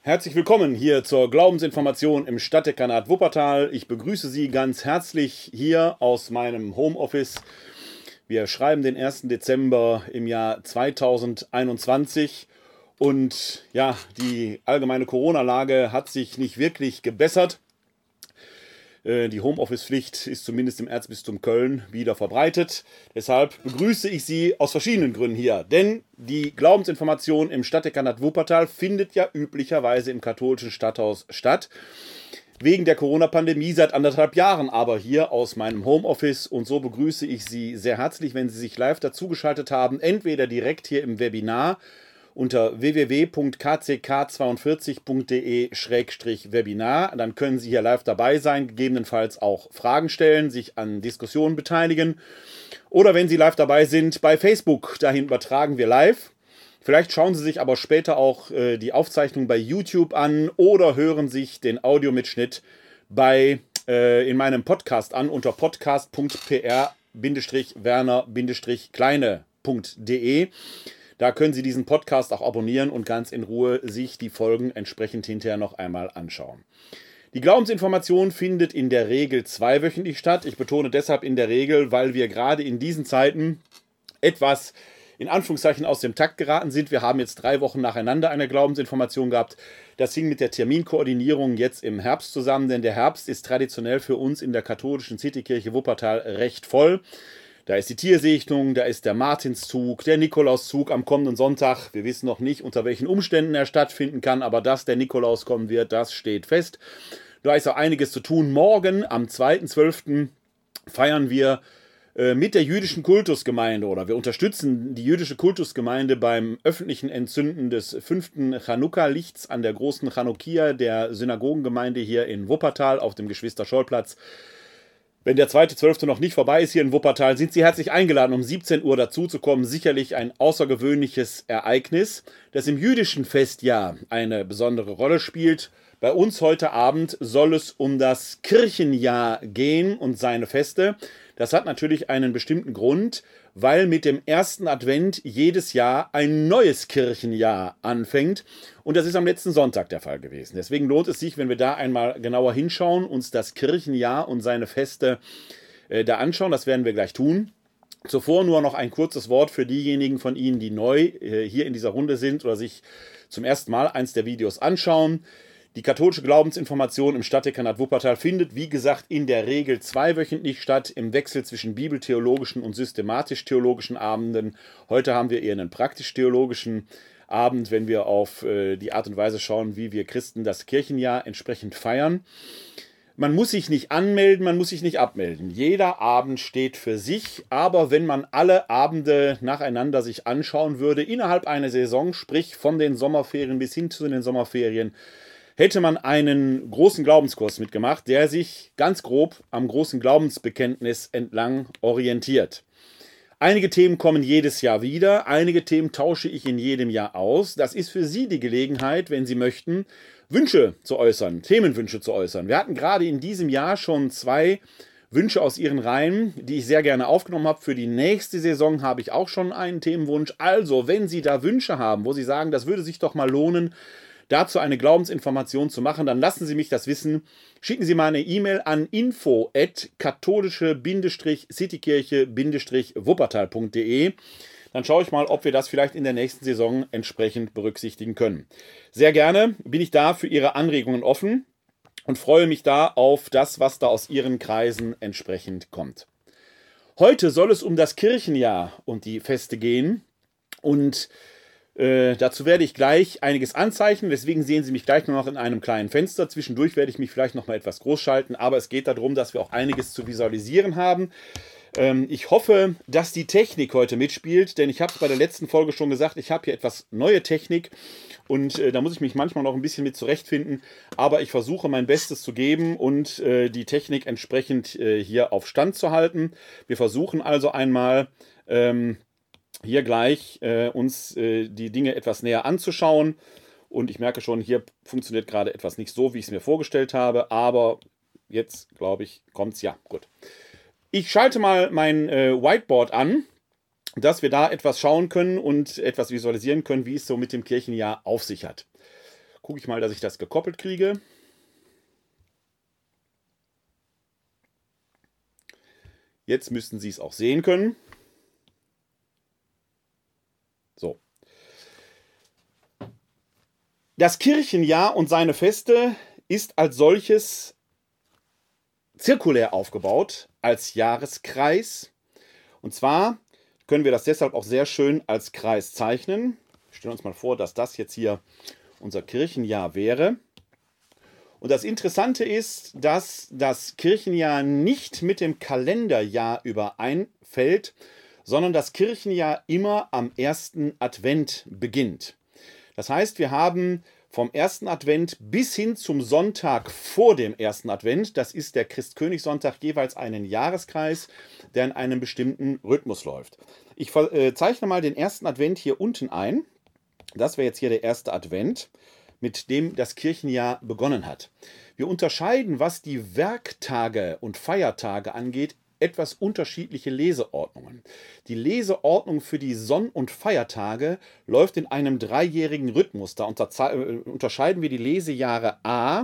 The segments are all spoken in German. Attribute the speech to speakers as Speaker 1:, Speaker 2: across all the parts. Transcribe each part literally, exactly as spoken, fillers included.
Speaker 1: Herzlich willkommen hier zur Glaubensinformation im Stadtdekanat Wuppertal. Ich begrüße Sie ganz herzlich hier aus meinem Homeoffice. Wir schreiben den ersten Dezember im Jahr zweitausendeinundzwanzig und ja, die allgemeine Corona-Lage hat sich nicht wirklich gebessert. Die Homeoffice-Pflicht ist zumindest im Erzbistum Köln wieder verbreitet. Deshalb begrüße ich Sie aus verschiedenen Gründen hier. Denn die Glaubensinformation im Stadtdekanat Wuppertal findet ja üblicherweise im katholischen Stadthaus statt. Wegen der Corona-Pandemie seit anderthalb Jahren aber hier aus meinem Homeoffice. Und so begrüße ich Sie sehr herzlich, wenn Sie sich live dazugeschaltet haben. Entweder direkt hier im Webinar unter w w w punkt k c k zweiundvierzig punkt d e Schrägstrich Webinar. Dann können Sie hier live dabei sein, gegebenenfalls auch Fragen stellen, sich an Diskussionen beteiligen. Oder wenn Sie live dabei sind, bei Facebook, dahin übertragen wir live. Vielleicht schauen Sie sich aber später auch äh, die Aufzeichnung bei YouTube an oder hören sich den Audiomitschnitt bei, äh, in meinem Podcast an unter podcast punkt p r werner kleine punkt d e. Da können Sie diesen Podcast auch abonnieren und ganz in Ruhe sich die Folgen entsprechend hinterher noch einmal anschauen. Die Glaubensinformation findet in der Regel zweiwöchentlich statt. Ich betone deshalb in der Regel, weil wir gerade in diesen Zeiten etwas in Anführungszeichen aus dem Takt geraten sind. Wir haben jetzt drei Wochen nacheinander eine Glaubensinformation gehabt. Das hing mit der Terminkoordinierung jetzt im Herbst zusammen, denn der Herbst ist traditionell für uns in der katholischen Citykirche Wuppertal recht voll. Da ist die Tiersegnung, da ist der Martinszug, der Nikolauszug am kommenden Sonntag. Wir wissen noch nicht, unter welchen Umständen er stattfinden kann, aber dass der Nikolaus kommen wird, das steht fest. Da ist auch einiges zu tun. Morgen, am zweiten zwölften feiern wir äh, mit der jüdischen Kultusgemeinde oder wir unterstützen die jüdische Kultusgemeinde beim öffentlichen Entzünden des fünften Chanukka-Lichts an der großen Chanukia der Synagogengemeinde hier in Wuppertal auf dem Geschwister-Scholl-Platz. Wenn der zweite zwölfte noch nicht vorbei ist hier in Wuppertal, sind Sie herzlich eingeladen, um siebzehn Uhr dazuzukommen. Sicherlich ein außergewöhnliches Ereignis, das im jüdischen Festjahr eine besondere Rolle spielt. Bei uns heute Abend soll es um das Kirchenjahr gehen und seine Feste. Das hat natürlich einen bestimmten Grund, weil mit dem ersten Advent jedes Jahr ein neues Kirchenjahr anfängt. Und das ist am letzten Sonntag der Fall gewesen. Deswegen lohnt es sich, wenn wir da einmal genauer hinschauen, uns das Kirchenjahr und seine Feste äh, da anschauen. Das werden wir gleich tun. Zuvor nur noch ein kurzes Wort für diejenigen von Ihnen, die neu äh, hier in dieser Runde sind oder sich zum ersten Mal eins der Videos anschauen. Die katholische Glaubensinformation im Stadtdekanat Wuppertal findet, wie gesagt, in der Regel zweiwöchentlich statt, im Wechsel zwischen bibeltheologischen und systematisch-theologischen Abenden. Heute haben wir eher einen praktisch-theologischen Abend, wenn wir auf äh, die Art und Weise schauen, wie wir Christen das Kirchenjahr entsprechend feiern. Man muss sich nicht anmelden, man muss sich nicht abmelden. Jeder Abend steht für sich, aber wenn man alle Abende nacheinander sich anschauen würde, innerhalb einer Saison, sprich von den Sommerferien bis hin zu den Sommerferien, hätte man einen großen Glaubenskurs mitgemacht, der sich ganz grob am großen Glaubensbekenntnis entlang orientiert. Einige Themen kommen jedes Jahr wieder, einige Themen tausche ich in jedem Jahr aus. Das ist für Sie die Gelegenheit, wenn Sie möchten, Wünsche zu äußern, Themenwünsche zu äußern. Wir hatten gerade in diesem Jahr schon zwei Wünsche aus Ihren Reihen, die ich sehr gerne aufgenommen habe. Für die nächste Saison habe ich auch schon einen Themenwunsch. Also, wenn Sie da Wünsche haben, wo Sie sagen, das würde sich doch mal lohnen, dazu eine Glaubensinformation zu machen, dann lassen Sie mich das wissen. Schicken Sie mal eine E-Mail an info at katholische citykirche wuppertal punkt d e. Dann schaue ich mal, ob wir das vielleicht in der nächsten Saison entsprechend berücksichtigen können. Sehr gerne bin ich da für Ihre Anregungen offen und freue mich da auf das, was da aus Ihren Kreisen entsprechend kommt. Heute soll es um das Kirchenjahr und die Feste gehen und Äh, dazu werde ich gleich einiges anzeichnen, deswegen sehen Sie mich gleich nur noch in einem kleinen Fenster. Zwischendurch werde ich mich vielleicht noch mal etwas groß schalten, aber es geht darum, dass wir auch einiges zu visualisieren haben. Ähm, ich hoffe, dass die Technik heute mitspielt, denn ich habe es bei der letzten Folge schon gesagt, ich habe hier etwas neue Technik und äh, da muss ich mich manchmal noch ein bisschen mit zurechtfinden, aber ich versuche mein Bestes zu geben und äh, die Technik entsprechend äh, hier auf Stand zu halten. Wir versuchen also einmal Ähm, hier gleich äh, uns äh, die Dinge etwas näher anzuschauen. Und ich merke schon, hier funktioniert gerade etwas nicht so, wie ich es mir vorgestellt habe. Aber jetzt, glaube ich, kommt es ja. Gut. Ich schalte mal mein äh, Whiteboard an, dass wir da etwas schauen können und etwas visualisieren können, wie es so mit dem Kirchenjahr auf sich hat. gucke ich mal, dass ich das gekoppelt kriege. Jetzt müssten Sie es auch sehen können. So. Das Kirchenjahr und seine Feste ist als solches zirkulär aufgebaut, als Jahreskreis. Und zwar können wir das deshalb auch sehr schön als Kreis zeichnen. Wir stellen uns mal vor, dass das jetzt hier unser Kirchenjahr wäre. Und das Interessante ist, dass das Kirchenjahr nicht mit dem Kalenderjahr übereinfällt, sondern das Kirchenjahr immer am ersten Advent beginnt. Das heißt, wir haben vom ersten Advent bis hin zum Sonntag vor dem ersten Advent, das ist der Christkönigssonntag, jeweils einen Jahreskreis, der in einem bestimmten Rhythmus läuft. Ich äh, zeichne mal den ersten Advent hier unten ein. Das wäre jetzt hier der erste Advent, mit dem das Kirchenjahr begonnen hat. Wir unterscheiden, was die Werktage und Feiertage angeht, etwas unterschiedliche Leseordnungen. Die Leseordnung für die Sonn- und Feiertage läuft in einem dreijährigen Rhythmus. Da unterscheiden wir die Lesejahre A,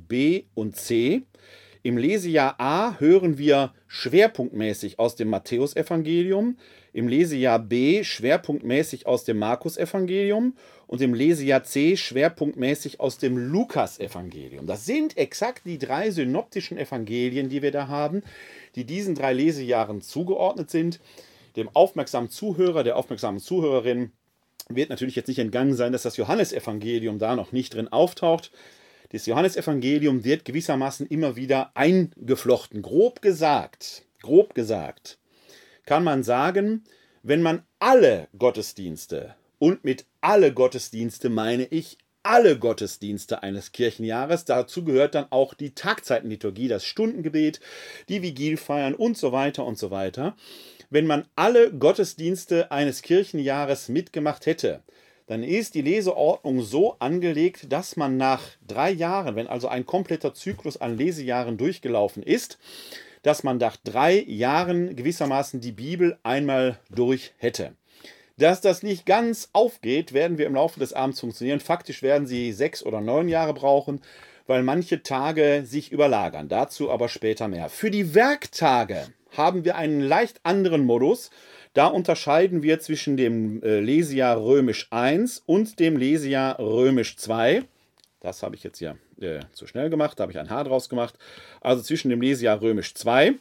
Speaker 1: B und C. Im Lesejahr A hören wir schwerpunktmäßig aus dem Matthäusevangelium, im Lesejahr B schwerpunktmäßig aus dem Markusevangelium und im Lesejahr C schwerpunktmäßig aus dem Lukasevangelium. Das sind exakt die drei synoptischen Evangelien, die wir da haben, die diesen drei Lesejahren zugeordnet sind. Dem aufmerksamen Zuhörer, der aufmerksamen Zuhörerin wird natürlich jetzt nicht entgangen sein, dass das Johannesevangelium da noch nicht drin auftaucht. Das Johannesevangelium wird gewissermaßen immer wieder eingeflochten. Grob gesagt, grob gesagt, kann man sagen, wenn man alle Gottesdienste, und mit alle Gottesdienste meine ich alle Gottesdienste eines Kirchenjahres, dazu gehört dann auch die Tagzeitenliturgie, das Stundengebet, die Vigilfeiern und so weiter und so weiter. Wenn man alle Gottesdienste eines Kirchenjahres mitgemacht hätte, dann ist die Leseordnung so angelegt, dass man nach drei Jahren, wenn also ein kompletter Zyklus an Lesejahren durchgelaufen ist, dass man nach drei Jahren gewissermaßen die Bibel einmal durch hätte. Dass das nicht ganz aufgeht, werden wir im Laufe des Abends funktionieren. Faktisch werden Sie sechs oder neun Jahre brauchen, weil manche Tage sich überlagern. Dazu aber später mehr. Für die Werktage haben wir einen leicht anderen Modus. Da unterscheiden wir zwischen dem äh, Lesejahr Römisch eins und dem Lesejahr Römisch zwei. Das habe ich jetzt hier äh, zu schnell gemacht, da habe ich ein H draus gemacht. Also zwischen dem Lesejahr Römisch zwei.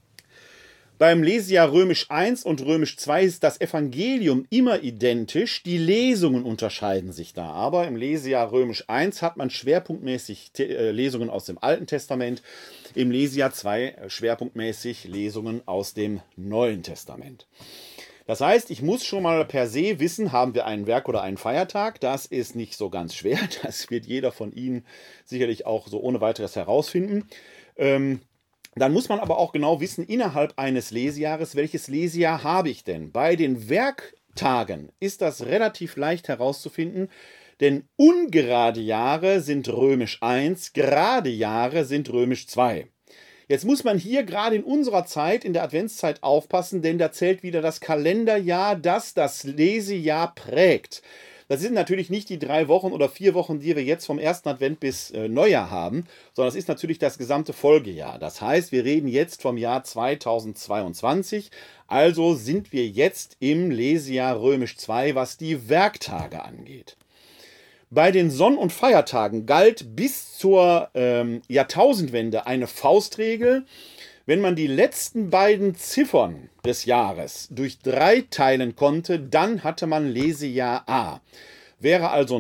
Speaker 1: Beim Lesejahr Römisch eins und Römisch zwei ist das Evangelium immer identisch, die Lesungen unterscheiden sich da. Aber im Lesejahr Römisch eins hat man schwerpunktmäßig äh, Lesungen aus dem Alten Testament, im Lesejahr zwei äh, schwerpunktmäßig Lesungen aus dem Neuen Testament. Das heißt, ich muss schon mal per se wissen, haben wir einen Werk- oder einen Feiertag. Das ist nicht so ganz schwer, das wird jeder von Ihnen sicherlich auch so ohne weiteres herausfinden. Ähm, Dann muss man aber auch genau wissen, innerhalb eines Lesejahres, welches Lesejahr habe ich denn? Bei den Werktagen ist das relativ leicht herauszufinden, denn ungerade Jahre sind Römisch eins, gerade Jahre sind Römisch zwei. Jetzt muss man hier gerade in unserer Zeit, in der Adventszeit aufpassen, denn da zählt wieder das Kalenderjahr, das das Lesejahr prägt. Das sind natürlich nicht die drei Wochen oder vier Wochen, die wir jetzt vom ersten Advent bis äh, Neujahr haben, sondern es ist natürlich das gesamte Folgejahr. Das heißt, wir reden jetzt vom Jahr zweitausendzweiundzwanzig, also sind wir jetzt im Lesejahr Römisch zwei, was die Werktage angeht. Bei den Sonn- und Feiertagen galt bis zur ähm, Jahrtausendwende eine Faustregel. Wenn man die letzten beiden Ziffern des Jahres durch drei teilen konnte, dann hatte man Lesejahr A. Wäre also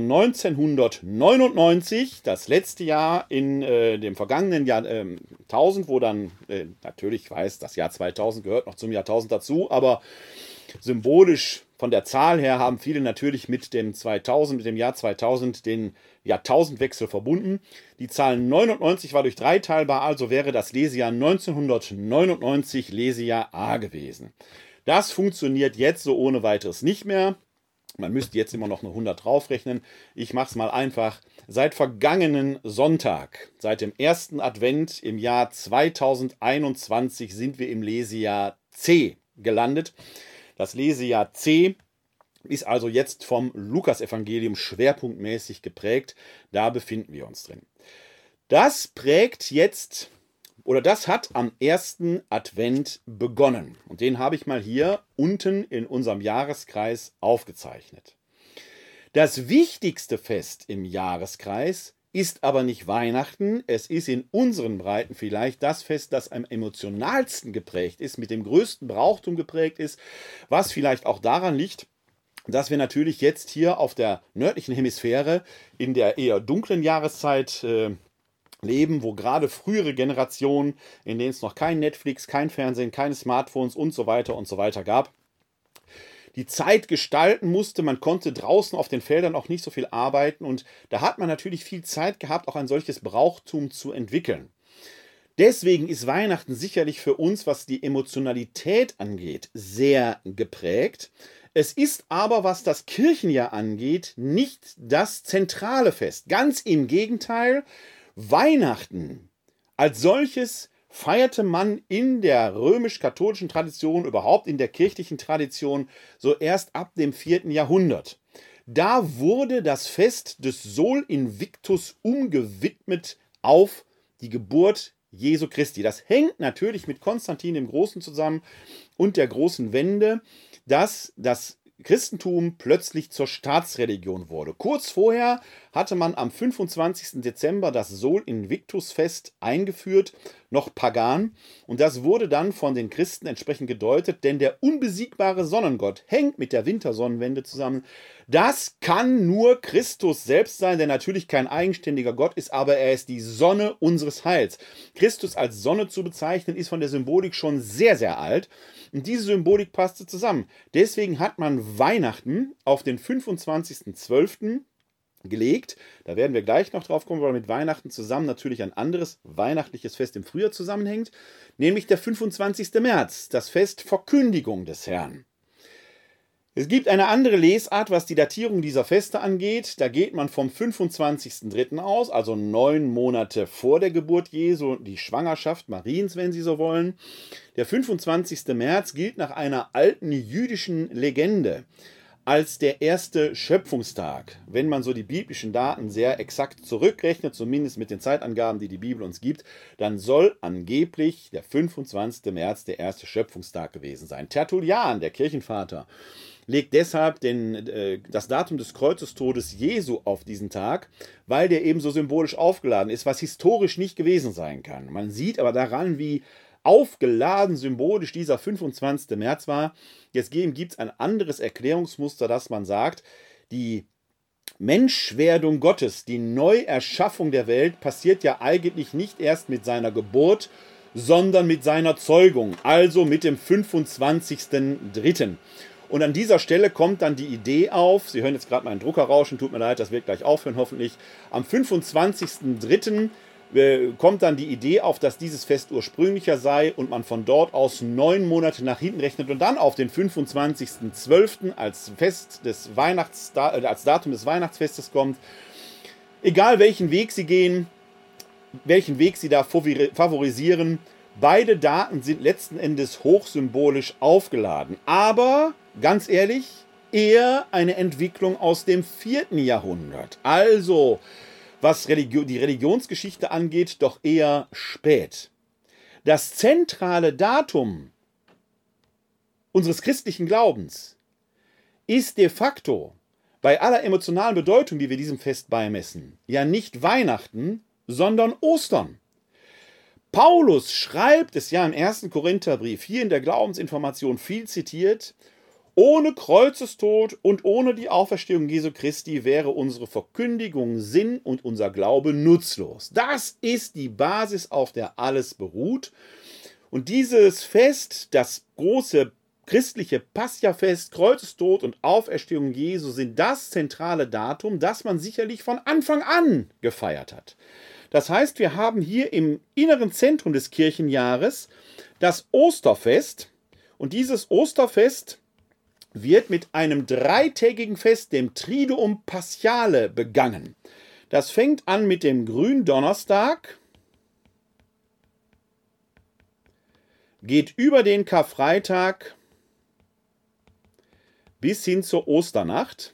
Speaker 1: neunzehnhundertneunundneunzig, das letzte Jahr in äh, dem vergangenen Jahr äh, tausend, wo dann, äh, natürlich, ich weiß, das Jahr zweitausend gehört noch zum Jahrtausend dazu, aber symbolisch von der Zahl her haben viele natürlich mit dem zweitausend, mit dem Jahr zweitausend den Jahrtausendwechsel verbunden. Die Zahl neunundneunzig war durch drei teilbar, also wäre das Lesejahr neunzehnhundertneunundneunzig Lesejahr A gewesen. Das funktioniert jetzt so ohne weiteres nicht mehr. Man müsste jetzt immer noch eine hundert draufrechnen. Ich mache es mal einfach. Seit vergangenen Sonntag, seit dem ersten Advent im Jahr zweitausendeinundzwanzig sind wir im Lesejahr C gelandet. Das Lesejahr C ist also jetzt vom Lukasevangelium schwerpunktmäßig geprägt. Da befinden wir uns drin. Das prägt jetzt, oder das hat am ersten Advent begonnen. Und den habe ich mal hier unten in unserem Jahreskreis aufgezeichnet. Das wichtigste Fest im Jahreskreis ist aber nicht Weihnachten. Es ist in unseren Breiten vielleicht das Fest, das am emotionalsten geprägt ist, mit dem größten Brauchtum geprägt ist, was vielleicht auch daran liegt, dass wir natürlich jetzt hier auf der nördlichen Hemisphäre in der eher dunklen Jahreszeit äh, leben, wo gerade frühere Generationen, in denen es noch kein Netflix, kein Fernsehen, keine Smartphones und so weiter und so weiter gab, die Zeit gestalten musste. Man konnte draußen auf den Feldern auch nicht so viel arbeiten und da hat man natürlich viel Zeit gehabt, auch ein solches Brauchtum zu entwickeln. Deswegen ist Weihnachten sicherlich für uns, was die Emotionalität angeht, sehr geprägt. Es ist aber, was das Kirchenjahr angeht, nicht das zentrale Fest. Ganz im Gegenteil, Weihnachten als solches feierte man in der römisch-katholischen Tradition, überhaupt in der kirchlichen Tradition, so erst ab dem vierten Jahrhundert. Da wurde das Fest des Sol Invictus umgewidmet auf die Geburt Jesu Christi. Das hängt natürlich mit Konstantin dem Großen zusammen und der großen Wende, dass das Christentum plötzlich zur Staatsreligion wurde. Kurz vorher hatte man am fünfundzwanzigsten Dezember das Sol Invictus Fest eingeführt, noch pagan, und das wurde dann von den Christen entsprechend gedeutet, denn der unbesiegbare Sonnengott hängt mit der Wintersonnenwende zusammen. Das kann nur Christus selbst sein, der natürlich kein eigenständiger Gott ist, aber er ist die Sonne unseres Heils. Christus als Sonne zu bezeichnen, ist von der Symbolik schon sehr, sehr alt. Und diese Symbolik passte zusammen. Deswegen hat man Weihnachten auf den fünfundzwanzigsten zwölften gelegt. Da werden wir gleich noch drauf kommen, weil mit Weihnachten zusammen natürlich ein anderes weihnachtliches Fest im Frühjahr zusammenhängt, nämlich der fünfundzwanzigsten März, das Fest Verkündigung des Herrn. Es gibt eine andere Lesart, was die Datierung dieser Feste angeht. Da geht man vom fünfundzwanzigsten dritten aus, also neun Monate vor der Geburt Jesu, die Schwangerschaft Mariens, wenn Sie so wollen. Der fünfundzwanzigsten März gilt nach einer alten jüdischen Legende als der erste Schöpfungstag. Wenn man so die biblischen Daten sehr exakt zurückrechnet, zumindest mit den Zeitangaben, die die Bibel uns gibt, dann soll angeblich der fünfundzwanzigste März der erste Schöpfungstag gewesen sein. Tertullian, der Kirchenvater, legt deshalb den, äh, das Datum des Kreuzestodes Jesu auf diesen Tag, weil der eben so symbolisch aufgeladen ist, was historisch nicht gewesen sein kann. Man sieht aber daran, wie aufgeladen symbolisch dieser fünfundzwanzigste März war. Jetzt gibt es ein anderes Erklärungsmuster, dass man sagt, die Menschwerdung Gottes, die Neuerschaffung der Welt, passiert ja eigentlich nicht erst mit seiner Geburt, sondern mit seiner Zeugung, also mit dem fünfundzwanzigsten dritten Und an dieser Stelle kommt dann die Idee auf, Sie hören jetzt gerade meinen Drucker rauschen, tut mir leid, das wird gleich aufhören hoffentlich, am fünfundzwanzigsten dritten kommt dann die Idee auf, dass dieses Fest ursprünglicher sei und man von dort aus neun Monate nach hinten rechnet und dann auf den fünfundzwanzigsten zwölften als Fest des Weihnachts, als Datum des Weihnachtsfestes kommt. Egal welchen Weg Sie gehen, welchen Weg Sie da favorisieren, beide Daten sind letzten Endes hochsymbolisch aufgeladen. Aber, ganz ehrlich, eher eine Entwicklung aus dem vierten Jahrhundert. Also was Religion, die Religionsgeschichte angeht, doch eher spät. Das zentrale Datum unseres christlichen Glaubens ist de facto bei aller emotionalen Bedeutung, die wir diesem Fest beimessen, ja nicht Weihnachten, sondern Ostern. Paulus schreibt es ja im ersten Korintherbrief, hier in der Glaubensinformation viel zitiert: Ohne Kreuzestod und ohne die Auferstehung Jesu Christi wäre unsere Verkündigung Sinn und unser Glaube nutzlos. Das ist die Basis, auf der alles beruht. Und dieses Fest, das große christliche Pascha-Fest, Kreuzestod und Auferstehung Jesu, sind das zentrale Datum, das man sicherlich von Anfang an gefeiert hat. Das heißt, wir haben hier im inneren Zentrum des Kirchenjahres das Osterfest. Und dieses Osterfest wird mit einem dreitägigen Fest, dem Triduum Paschale, begangen. Das fängt an mit dem Gründonnerstag, geht über den Karfreitag bis hin zur Osternacht.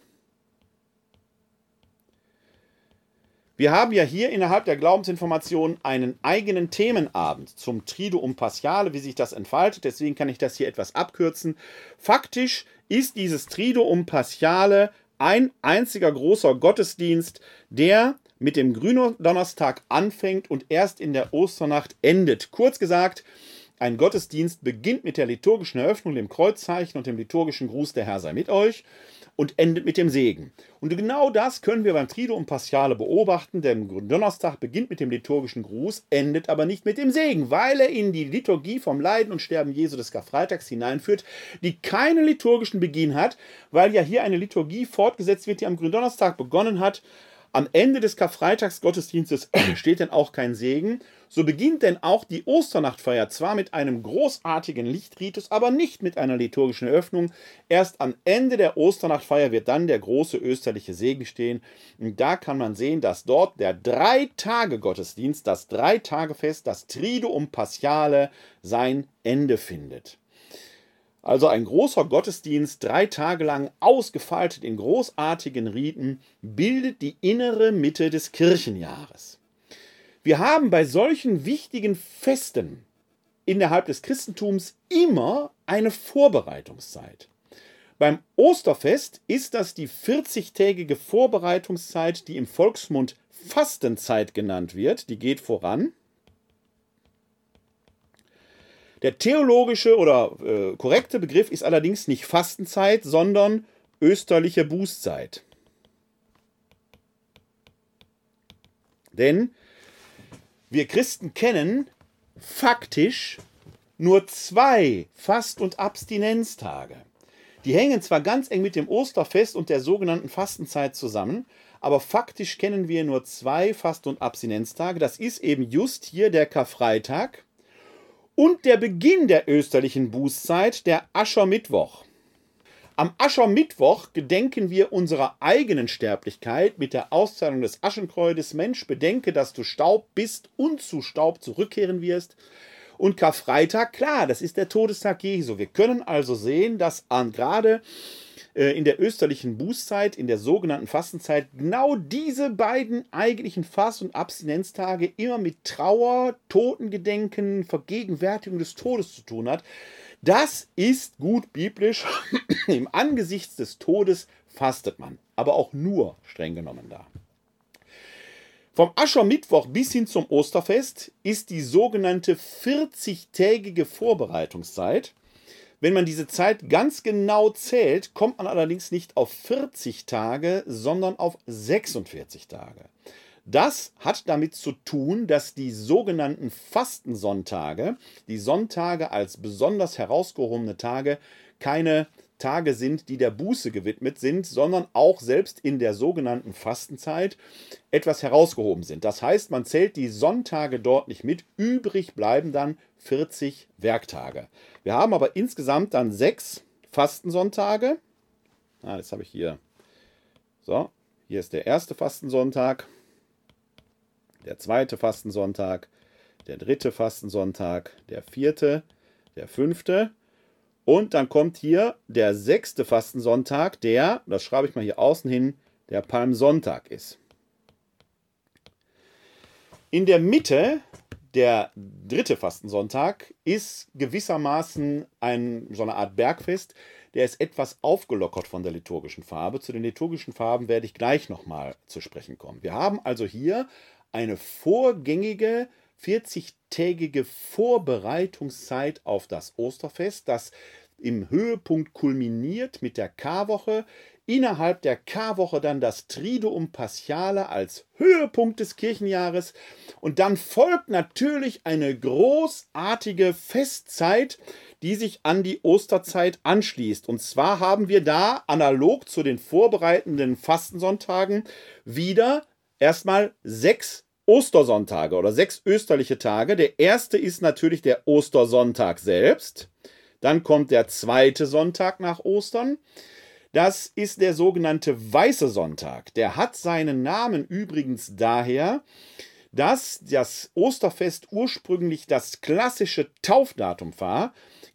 Speaker 1: Wir haben ja hier innerhalb der Glaubensinformation einen eigenen Themenabend zum Triduum Paschale, wie sich das entfaltet. Deswegen kann ich das hier etwas abkürzen. Faktisch ist dieses Triduum Paschale ein einziger großer Gottesdienst, der mit dem Gründonnerstag anfängt und erst in der Osternacht endet. Kurz gesagt, ein Gottesdienst beginnt mit der liturgischen Eröffnung, dem Kreuzzeichen und dem liturgischen Gruß, der Herr sei mit euch, und endet mit dem Segen. Und genau das können wir beim Triduum Paschale beobachten. Der Donnerstag beginnt mit dem liturgischen Gruß, endet aber nicht mit dem Segen, weil er in die Liturgie vom Leiden und Sterben Jesu des Karfreitags hineinführt, die keinen liturgischen Beginn hat, weil ja hier eine Liturgie fortgesetzt wird, die am Gründonnerstag begonnen hat. Am Ende des Karfreitagsgottesdienstes steht dann auch kein Segen. So beginnt denn auch die Osternachtfeier zwar mit einem großartigen Lichtritus, aber nicht mit einer liturgischen Eröffnung. Erst am Ende der Osternachtfeier wird dann der große österliche Segen stehen. Und da kann man sehen, dass dort der Drei-Tage-Gottesdienst, das Drei-Tage-Fest, das Triduum Paschale sein Ende findet. Also ein großer Gottesdienst, drei Tage lang ausgefaltet in großartigen Riten, bildet die innere Mitte des Kirchenjahres. Wir haben bei solchen wichtigen Festen innerhalb des Christentums immer eine Vorbereitungszeit. Beim Osterfest ist das die vierzigtägige Vorbereitungszeit, die im Volksmund Fastenzeit genannt wird. Die geht voran. Der theologische oder äh, korrekte Begriff ist allerdings nicht Fastenzeit, sondern österliche Bußzeit. Denn wir Christen kennen faktisch nur zwei Fast- und Abstinenztage. Die hängen zwar ganz eng mit dem Osterfest und der sogenannten Fastenzeit zusammen, aber faktisch kennen wir nur zwei Fast- und Abstinenztage. Das ist eben just hier der Karfreitag und der Beginn der österlichen Bußzeit, der Aschermittwoch. Am Aschermittwoch gedenken wir unserer eigenen Sterblichkeit mit der Auszahlung des Aschenkreuzes. Mensch, bedenke, dass du Staub bist und zu Staub zurückkehren wirst. Und Karfreitag, klar, das ist der Todestag Jesu. Wir können also sehen, dass an, gerade äh, in der österlichen Bußzeit, in der sogenannten Fastenzeit, genau diese beiden eigentlichen Fast- und Abstinenztage immer mit Trauer, Totengedenken, Vergegenwärtigung des Todes zu tun hat. Das ist gut biblisch. Im Angesicht des Todes fastet man, aber auch nur streng genommen da. Vom Aschermittwoch bis hin zum Osterfest ist die sogenannte vierzigtägige Vorbereitungszeit. Wenn man diese Zeit ganz genau zählt, kommt man allerdings nicht auf vierzig Tage, sondern auf sechsundvierzig Tage. Das hat damit zu tun, dass die sogenannten Fastensonntage, die Sonntage als besonders herausgehobene Tage, keine Tage sind, die der Buße gewidmet sind, sondern auch selbst in der sogenannten Fastenzeit etwas herausgehoben sind. Das heißt, man zählt die Sonntage dort nicht mit, übrig bleiben dann vierzig Werktage. Wir haben aber insgesamt dann sechs Fastensonntage. Ah, das habe ich hier. So, hier ist der erste Fastensonntag, der zweite Fastensonntag, der dritte Fastensonntag, der vierte, der fünfte. Und dann kommt hier der sechste Fastensonntag, der, das schreibe ich mal hier außen hin, der Palmsonntag ist. In der Mitte, der dritte Fastensonntag, ist gewissermaßen ein, so eine Art Bergfest. Der ist etwas aufgelockert von der liturgischen Farbe. Zu den liturgischen Farben werde ich gleich nochmal zu sprechen kommen. Wir haben also hier eine vorgängige vierzigtägige Vorbereitungszeit auf das Osterfest, das im Höhepunkt kulminiert mit der Karwoche. Innerhalb der Karwoche dann das Triduum Paschale als Höhepunkt des Kirchenjahres. Und dann folgt natürlich eine großartige Festzeit, die sich an die Osterzeit anschließt. Und zwar haben wir da analog zu den vorbereitenden Fastensonntagen wieder erstmal sechs Ostersonntage oder sechs österliche Tage. Der erste ist natürlich der Ostersonntag selbst. Dann kommt der zweite Sonntag nach Ostern. Das ist der sogenannte Weiße Sonntag. Der hat seinen Namen übrigens daher, dass das Osterfest ursprünglich das klassische Taufdatum war.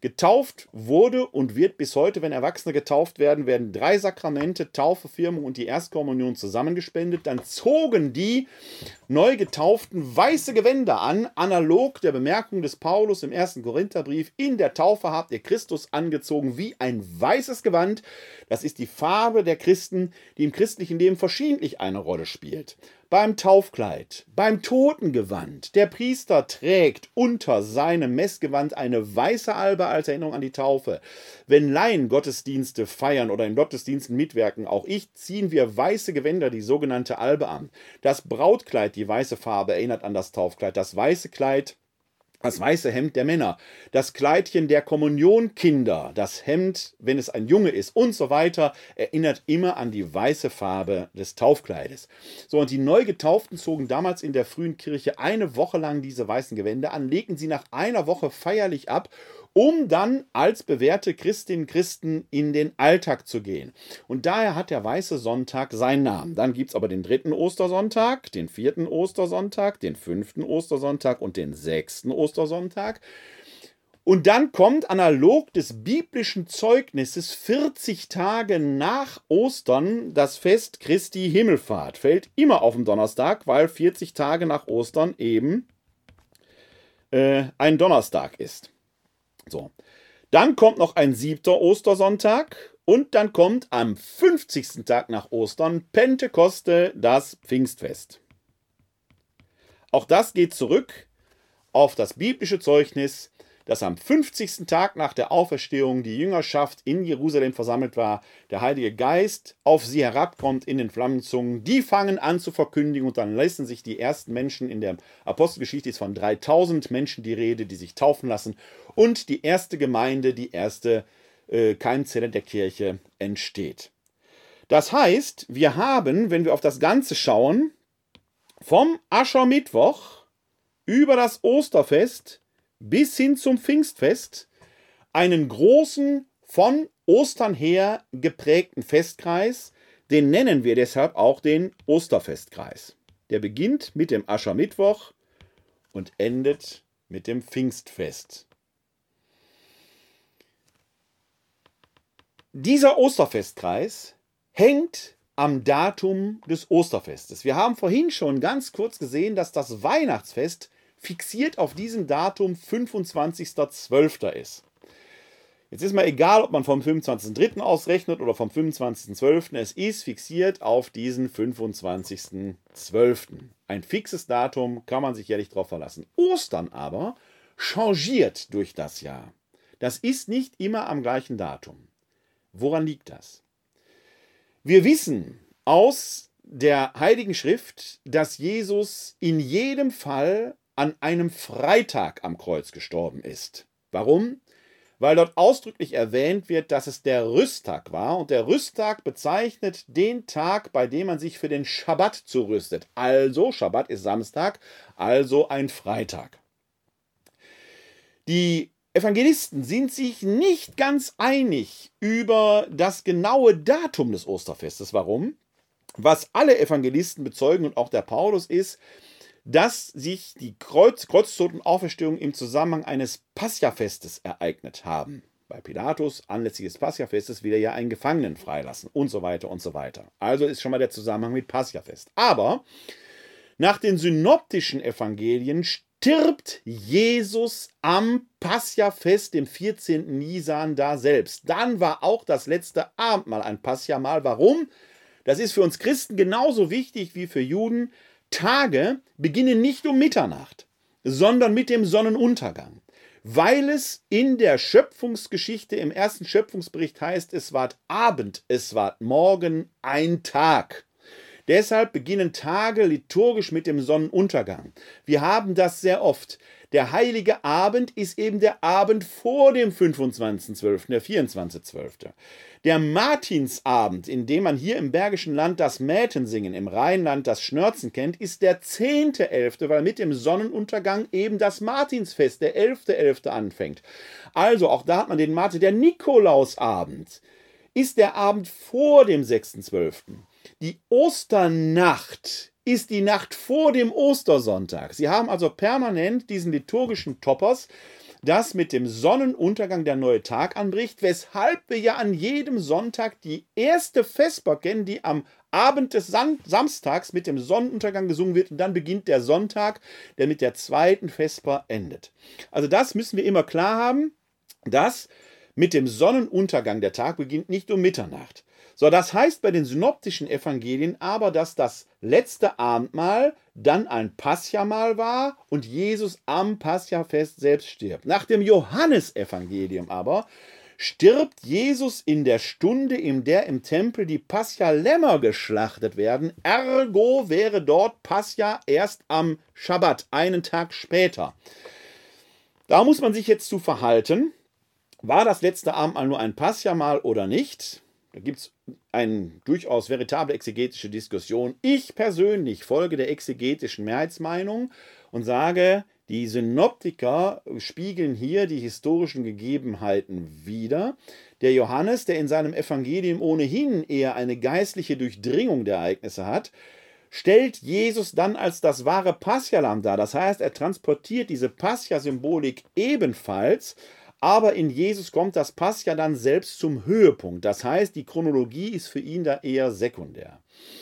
Speaker 1: Getauft wurde und wird bis heute, wenn Erwachsene getauft werden, werden drei Sakramente, Taufe, Firmung und die Erstkommunion zusammengespendet. Dann zogen die neu Getauften weiße Gewänder an, analog der Bemerkung des Paulus im ersten Korintherbrief: In der Taufe habt ihr Christus angezogen wie ein weißes Gewand. Das ist die Farbe der Christen, die im christlichen Leben verschiedentlich eine Rolle spielt. Beim Taufkleid, beim Totengewand. Der Priester trägt unter seinem Messgewand eine weiße Albe als Erinnerung an die Taufe. Wenn Laien Gottesdienste feiern oder in Gottesdiensten mitwirken, auch ich, ziehen wir weiße Gewänder, die sogenannte Albe, an. Das Brautkleid, die weiße Farbe, erinnert an das Taufkleid. Das weiße Kleid, das weiße Hemd der Männer, das Kleidchen der Kommunionkinder, das Hemd, wenn es ein Junge ist und so weiter, erinnert immer an die weiße Farbe des Taufkleides. So, und die Neugetauften zogen damals in der frühen Kirche eine Woche lang diese weißen Gewänder an, legten sie nach einer Woche feierlich ab, um dann als bewährte Christinnen und Christen in den Alltag zu gehen. Und daher hat der Weiße Sonntag seinen Namen. Dann gibt es aber den dritten Ostersonntag, den vierten Ostersonntag, den fünften Ostersonntag und den sechsten Ostersonntag. Und dann kommt analog des biblischen Zeugnisses vierzig Tage nach Ostern das Fest Christi Himmelfahrt. Fällt immer auf den Donnerstag, weil vierzig Tage nach Ostern eben äh, ein Donnerstag ist. So. Dann kommt noch ein siebter Ostersonntag und dann kommt am fünfzigsten Tag nach Ostern Pentekoste, das Pfingstfest. Auch das geht zurück auf das biblische Zeugnis, dass am fünfzigsten Tag nach der Auferstehung die Jüngerschaft in Jerusalem versammelt war, der Heilige Geist auf sie herabkommt in den Flammenzungen, die fangen an zu verkündigen und dann lassen sich die ersten Menschen, in der Apostelgeschichte ist von dreitausend Menschen die Rede, die sich taufen lassen und die erste Gemeinde, die erste äh, Keimzelle der Kirche entsteht. Das heißt, wir haben, wenn wir auf das Ganze schauen, vom Aschermittwoch über das Osterfest bis hin zum Pfingstfest einen großen, von Ostern her geprägten Festkreis, den nennen wir deshalb auch den Osterfestkreis. Der beginnt mit dem Aschermittwoch und endet mit dem Pfingstfest. Dieser Osterfestkreis hängt am Datum des Osterfestes. Wir haben vorhin schon ganz kurz gesehen, dass das Weihnachtsfest fixiert auf diesem Datum fünfundzwanzigster zwölfter ist. Jetzt ist mal egal, ob man vom fünfundzwanzigsten dritten ausrechnet oder vom fünfundzwanzigsten zwölften Es ist fixiert auf diesen fünfundzwanzigsten zwölften Ein fixes Datum, kann man sich jährlich darauf verlassen. Ostern aber changiert durch das Jahr. Das ist nicht immer am gleichen Datum. Woran liegt das? Wir wissen aus der Heiligen Schrift, dass Jesus in jedem Fall an einem Freitag am Kreuz gestorben ist. Warum? Weil dort ausdrücklich erwähnt wird, dass es der Rüsttag war. Und der Rüsttag bezeichnet den Tag, bei dem man sich für den Schabbat zurüstet. Also, Schabbat ist Samstag, also ein Freitag. Die Evangelisten sind sich nicht ganz einig über das genaue Datum des Osterfestes. Warum? Was alle Evangelisten bezeugen und auch der Paulus ist, dass sich die Kreuz, Kreuztotenauferstehung im Zusammenhang eines Paschafestes ereignet haben. Bei Pilatus anlässlich des Paschafestes will er ja einen Gefangenen freilassen und so weiter und so weiter. Also ist schon mal der Zusammenhang mit Paschafest. Aber nach den synoptischen Evangelien stirbt Jesus am Paschafest, dem vierzehnten Nisan, da selbst. Dann war auch das letzte Abendmahl ein Paschamahl. Warum? Das ist für uns Christen genauso wichtig wie für Juden. Tage beginnen nicht um Mitternacht, sondern mit dem Sonnenuntergang, weil es in der Schöpfungsgeschichte im ersten Schöpfungsbericht heißt, es ward Abend, es ward Morgen, ein Tag. Deshalb beginnen Tage liturgisch mit dem Sonnenuntergang. Wir haben das sehr oft. Der heilige Abend ist eben der Abend vor dem fünfundzwanzigsten zwölften, der vierundzwanzigste zwölfte Der Martinsabend, in dem man hier im Bergischen Land das Mätensingen, im Rheinland das Schnörzen kennt, ist der zehnte elfte, weil mit dem Sonnenuntergang eben das Martinsfest, der elfte elfte anfängt. Also, auch da hat man den Martin, der Nikolausabend ist der Abend vor dem sechsten zwölften Die Osternacht ist die Nacht vor dem Ostersonntag. Sie haben also permanent diesen liturgischen Topos, dass mit dem Sonnenuntergang der neue Tag anbricht, weshalb wir ja an jedem Sonntag die erste Vesper kennen, die am Abend des Sam- Samstags mit dem Sonnenuntergang gesungen wird und dann beginnt der Sonntag, der mit der zweiten Vesper endet. Also das müssen wir immer klar haben, dass mit dem Sonnenuntergang der Tag beginnt nicht um Mitternacht. So, das heißt bei den synoptischen Evangelien aber, dass das letzte Abendmahl dann ein Paschamahl war und Jesus am Paschafest selbst stirbt. Nach dem Johannesevangelium aber stirbt Jesus in der Stunde, in der im Tempel die Paschalämmer geschlachtet werden. Ergo wäre dort Pascha erst am Schabbat, einen Tag später. Da muss man sich jetzt zu verhalten. War das letzte Abendmahl nur ein Paschamahl oder nicht? Da gibt es eine durchaus veritable exegetische Diskussion. Ich persönlich folge der exegetischen Mehrheitsmeinung und sage, die Synoptiker spiegeln hier die historischen Gegebenheiten wider. Der Johannes, der in seinem Evangelium ohnehin eher eine geistliche Durchdringung der Ereignisse hat, stellt Jesus dann als das wahre Paschalamm dar. Das heißt, er transportiert diese Pascha-Symbolik ebenfalls, aber in Jesus kommt das Pascha dann selbst zum Höhepunkt. Das heißt, die Chronologie ist für ihn da eher sekundär.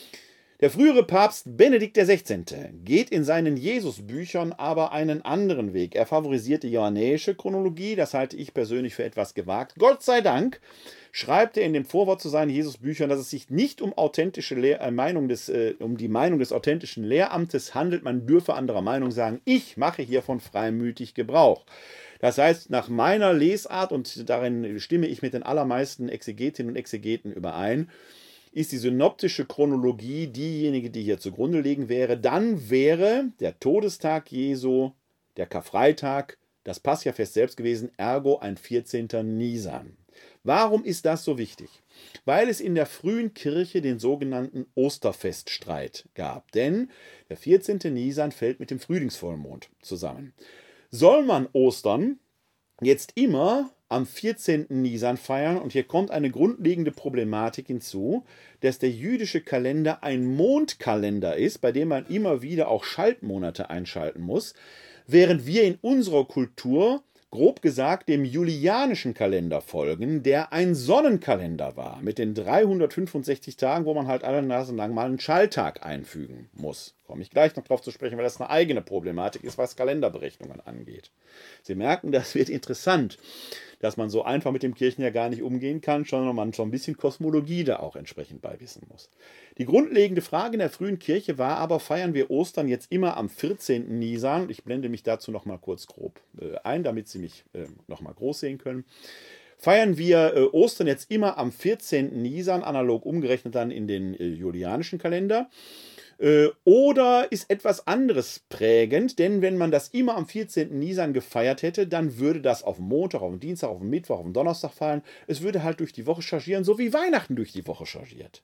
Speaker 1: Der frühere Papst Benedikt der Sechzehnte geht in seinen Jesus-Büchern aber einen anderen Weg. Er favorisiert die johannäische Chronologie, das halte ich persönlich für etwas gewagt. Gott sei Dank schreibt er in dem Vorwort zu seinen Jesus-Büchern, dass es sich nicht um authentische Lehr äh, Meinung des, äh, um die Meinung des authentischen Lehramtes handelt. Man dürfe anderer Meinung sagen, ich mache hiervon freimütig Gebrauch. Das heißt, nach meiner Lesart, und darin stimme ich mit den allermeisten Exegetinnen und Exegeten überein, ist die synoptische Chronologie diejenige, die hier zugrunde liegen wäre. Dann wäre der Todestag Jesu, der Karfreitag, das Paschafest selbst gewesen, ergo ein vierzehnten Nisan. Warum ist das so wichtig? Weil es in der frühen Kirche den sogenannten Osterfeststreit gab. Denn der vierzehnte Nisan fällt mit dem Frühlingsvollmond zusammen. Soll man Ostern jetzt immer am vierzehnten Nisan feiern? Und hier kommt eine grundlegende Problematik hinzu, dass der jüdische Kalender ein Mondkalender ist, bei dem man immer wieder auch Schaltmonate einschalten muss, während wir in unserer Kultur grob gesagt dem julianischen Kalender folgen, der ein Sonnenkalender war, mit den dreihundertfünfundsechzig Tagen, wo man halt alle Nasen lang mal einen Schalltag einfügen muss. Komme ich gleich noch drauf zu sprechen, weil das eine eigene Problematik ist, was Kalenderberechnungen angeht. Sie merken, das wird interessant, dass man so einfach mit dem Kirchenjahr gar nicht umgehen kann, sondern man so ein bisschen Kosmologie da auch entsprechend beiwissen muss. Die grundlegende Frage in der frühen Kirche war aber, feiern wir Ostern jetzt immer am vierzehnten Nisan? Ich blende mich dazu noch mal kurz grob äh, ein, damit Sie mich äh, noch mal groß sehen können. Feiern wir äh, Ostern jetzt immer am vierzehnten Nisan, analog umgerechnet dann in den äh, julianischen Kalender? Äh, oder ist etwas anderes prägend? Denn wenn man das immer am vierzehnten Nisan gefeiert hätte, dann würde das auf den Montag, auf den Dienstag, auf den Mittwoch, auf den Donnerstag fallen. Es würde halt durch die Woche chargieren, so wie Weihnachten durch die Woche chargiert.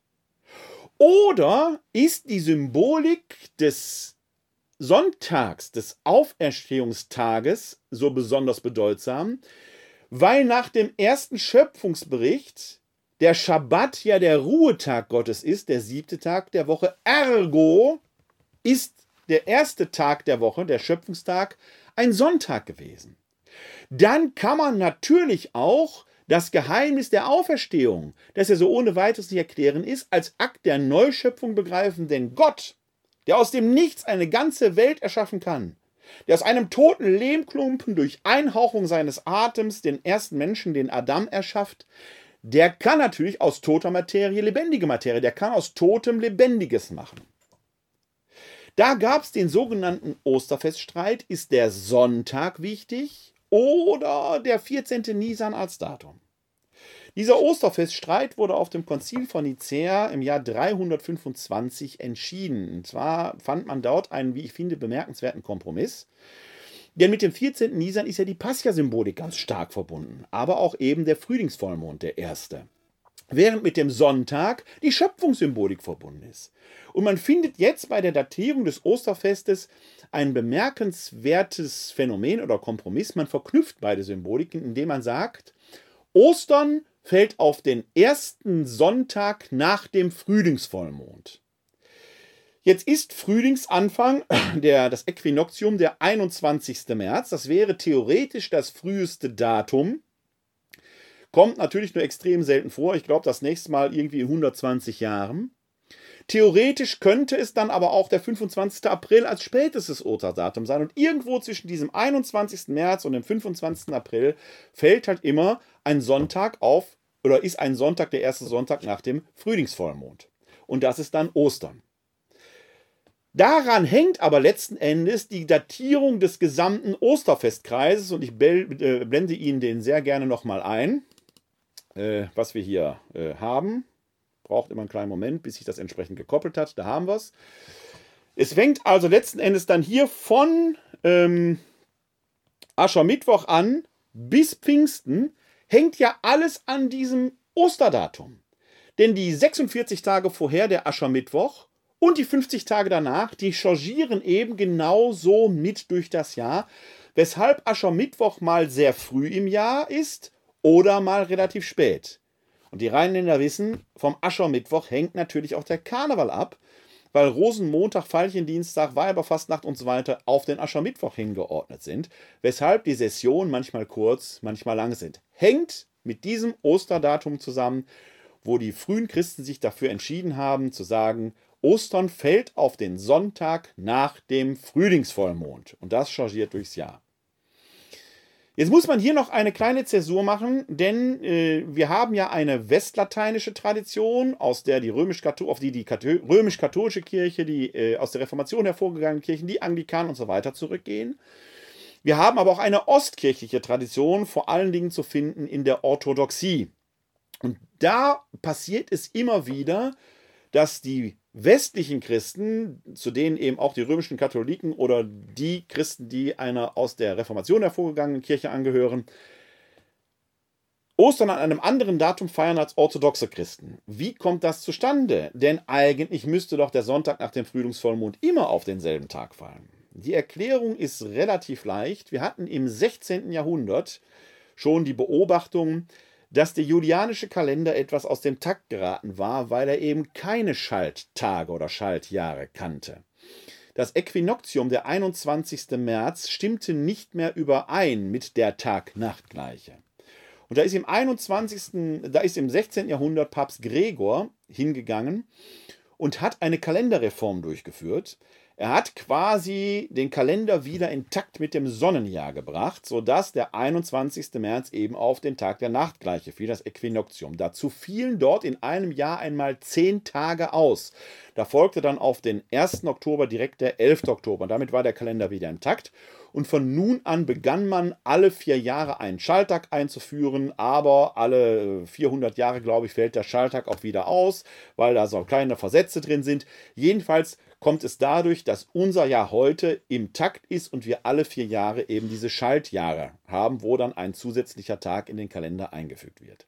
Speaker 1: Oder ist die Symbolik des Sonntags, des Auferstehungstages so besonders bedeutsam, weil nach dem ersten Schöpfungsbericht der Schabbat ja der Ruhetag Gottes ist, der siebte Tag der Woche. Ergo ist der erste Tag der Woche, der Schöpfungstag, ein Sonntag gewesen. Dann kann man natürlich auch das Geheimnis der Auferstehung, das ja so ohne weiteres nicht erklären ist, als Akt der Neuschöpfung begreifen. Denn Gott, der aus dem Nichts eine ganze Welt erschaffen kann, der aus einem toten Lehmklumpen durch Einhauchung seines Atems den ersten Menschen, den Adam, erschafft, der kann natürlich aus toter Materie lebendige Materie, der kann aus Totem Lebendiges machen. Da gab es den sogenannten Osterfeststreit. Ist der Sonntag wichtig oder der vierzehnte Nisan als Datum? Dieser Osterfeststreit wurde auf dem Konzil von Nicäa im Jahr dreihundertfünfundzwanzig entschieden. Und zwar fand man dort einen, wie ich finde, bemerkenswerten Kompromiss. Denn mit dem vierzehnten Nisan ist ja die Pascha-Symbolik ganz stark verbunden, aber auch eben der Frühlingsvollmond, der erste. Während mit dem Sonntag die Schöpfungssymbolik verbunden ist. Und man findet jetzt bei der Datierung des Osterfestes ein bemerkenswertes Phänomen oder Kompromiss. Man verknüpft beide Symboliken, indem man sagt, Ostern fällt auf den ersten Sonntag nach dem Frühlingsvollmond. Jetzt ist Frühlingsanfang, der, das Äquinoktium, der einundzwanzigste März. Das wäre theoretisch das früheste Datum. Kommt natürlich nur extrem selten vor. Ich glaube, das nächste Mal irgendwie in hundertzwanzig Jahren. Theoretisch könnte es dann aber auch der fünfundzwanzigste April als spätestes Osterdatum sein. Und irgendwo zwischen diesem einundzwanzigsten März und dem fünfundzwanzigsten April fällt halt immer ein Sonntag auf, oder ist ein Sonntag der erste Sonntag nach dem Frühlingsvollmond. Und das ist dann Ostern. Daran hängt aber letzten Endes die Datierung des gesamten Osterfestkreises, und ich blende Ihnen den sehr gerne nochmal ein, äh, was wir hier äh, haben. Braucht immer einen kleinen Moment, bis sich das entsprechend gekoppelt hat. Da haben wir es. Es fängt also letzten Endes dann hier von ähm, Aschermittwoch an bis Pfingsten, hängt ja alles an diesem Osterdatum. Denn die sechsundvierzig Tage vorher, der Aschermittwoch, und die fünfzig Tage danach, die changieren eben genauso mit durch das Jahr, weshalb Aschermittwoch mal sehr früh im Jahr ist oder mal relativ spät. Und die Rheinländer wissen, vom Aschermittwoch hängt natürlich auch der Karneval ab, weil Rosenmontag, Veilchendienstag, Weiberfastnacht und so weiter auf den Aschermittwoch hingeordnet sind, weshalb die Sessionen manchmal kurz, manchmal lang sind. Hängt mit diesem Osterdatum zusammen, wo die frühen Christen sich dafür entschieden haben, zu sagen, Ostern fällt auf den Sonntag nach dem Frühlingsvollmond. Und das changiert durchs Jahr. Jetzt muss man hier noch eine kleine Zäsur machen, denn äh, wir haben ja eine westlateinische Tradition, aus der die römisch auf die die römisch-katholische Kirche, die äh, aus der Reformation hervorgegangenen Kirchen, die Anglikaner und so weiter zurückgehen. Wir haben aber auch eine ostkirchliche Tradition, vor allen Dingen zu finden in der Orthodoxie. Und da passiert es immer wieder, dass die westlichen Christen, zu denen eben auch die römischen Katholiken oder die Christen, die einer aus der Reformation hervorgegangenen Kirche angehören, Ostern an einem anderen Datum feiern als orthodoxe Christen. Wie kommt das zustande? Denn eigentlich müsste doch der Sonntag nach dem Frühlingsvollmond immer auf denselben Tag fallen. Die Erklärung ist relativ leicht. Wir hatten im sechzehnten Jahrhundert schon die Beobachtung, dass der julianische Kalender etwas aus dem Takt geraten war, weil er eben keine Schalttage oder Schaltjahre kannte. Das Äquinoktium, der einundzwanzigste März, stimmte nicht mehr überein mit der Tag-Nacht-Gleiche. Und da ist im einundzwanzigsten, da ist im sechzehnten Jahrhundert Papst Gregor hingegangen und hat eine Kalenderreform durchgeführt. Er hat quasi den Kalender wieder in Takt mit dem Sonnenjahr gebracht, sodass der einundzwanzigste März eben auf den Tag der Nachtgleiche fiel, das Äquinoktium. Dazu fielen dort in einem Jahr einmal zehn Tage aus. Da folgte dann auf den ersten Oktober direkt der elfte Oktober. Und damit war der Kalender wieder in Takt. Und von nun an begann man, alle vier Jahre einen Schalttag einzuführen, aber alle vierhundert Jahre, glaube ich, fällt der Schalttag auch wieder aus, weil da so kleine Versätze drin sind. Jedenfalls kommt es dadurch, dass unser Jahr heute im Takt ist und wir alle vier Jahre eben diese Schaltjahre haben, wo dann ein zusätzlicher Tag in den Kalender eingefügt wird.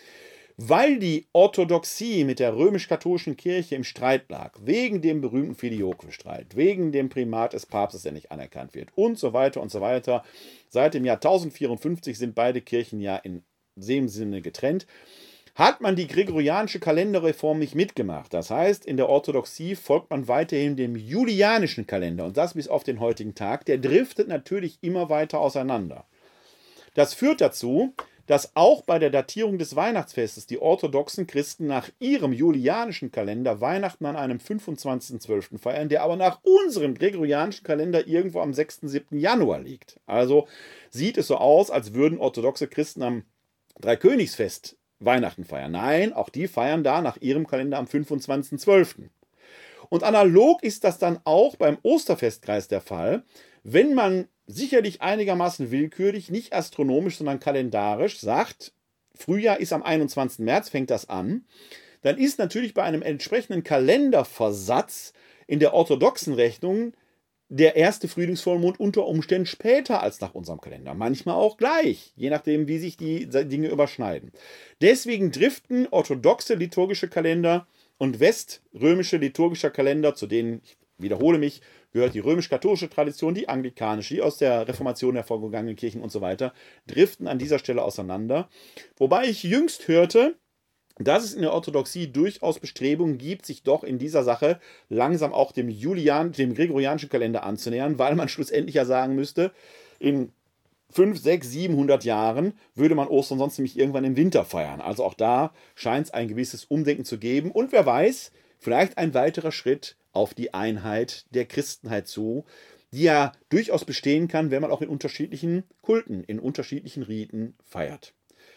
Speaker 1: Weil die Orthodoxie mit der römisch-katholischen Kirche im Streit lag, wegen dem berühmten Filioque-Streit, wegen dem Primat des Papstes, der nicht anerkannt wird und so weiter und so weiter, seit dem Jahr tausendvierundfünfzig sind beide Kirchen ja in dem Sinne getrennt, hat man die gregorianische Kalenderreform nicht mitgemacht. Das heißt, in der Orthodoxie folgt man weiterhin dem julianischen Kalender und das bis auf den heutigen Tag. Der driftet natürlich immer weiter auseinander. Das führt dazu, dass auch bei der Datierung des Weihnachtsfestes die orthodoxen Christen nach ihrem julianischen Kalender Weihnachten an einem fünfundzwanzigsten zwölften feiern, der aber nach unserem gregorianischen Kalender irgendwo am sechsten siebten Januar liegt. Also sieht es so aus, als würden orthodoxe Christen am Dreikönigsfest Weihnachten feiern. Nein, auch die feiern da nach ihrem Kalender am fünfundzwanzigsten zwölften Und analog ist das dann auch beim Osterfestkreis der Fall, wenn man sicherlich einigermaßen willkürlich, nicht astronomisch, sondern kalendarisch sagt, Frühjahr ist am einundzwanzigsten März, fängt das an, dann ist natürlich bei einem entsprechenden Kalenderversatz in der orthodoxen Rechnung der erste Frühlingsvollmond unter Umständen später als nach unserem Kalender. Manchmal auch gleich, je nachdem, wie sich die Dinge überschneiden. Deswegen driften orthodoxe liturgische Kalender und weströmische liturgischer Kalender, zu denen, ich wiederhole mich, gehört die römisch-katholische Tradition, die anglikanische, die aus der Reformation hervorgegangenen Kirchen und so weiter, driften an dieser Stelle auseinander. Wobei ich jüngst hörte, dass es in der Orthodoxie durchaus Bestrebungen gibt, sich doch in dieser Sache langsam auch dem Julian, dem gregorianischen Kalender anzunähern, weil man schlussendlich ja sagen müsste, in fünf, sechs, siebenhundert Jahren würde man Ostern sonst nämlich irgendwann im Winter feiern. Also auch da scheint es ein gewisses Umdenken zu geben. Und wer weiß, vielleicht ein weiterer Schritt auf die Einheit der Christenheit zu, die ja durchaus bestehen kann, wenn man auch in unterschiedlichen Kulten, in unterschiedlichen Riten feiert.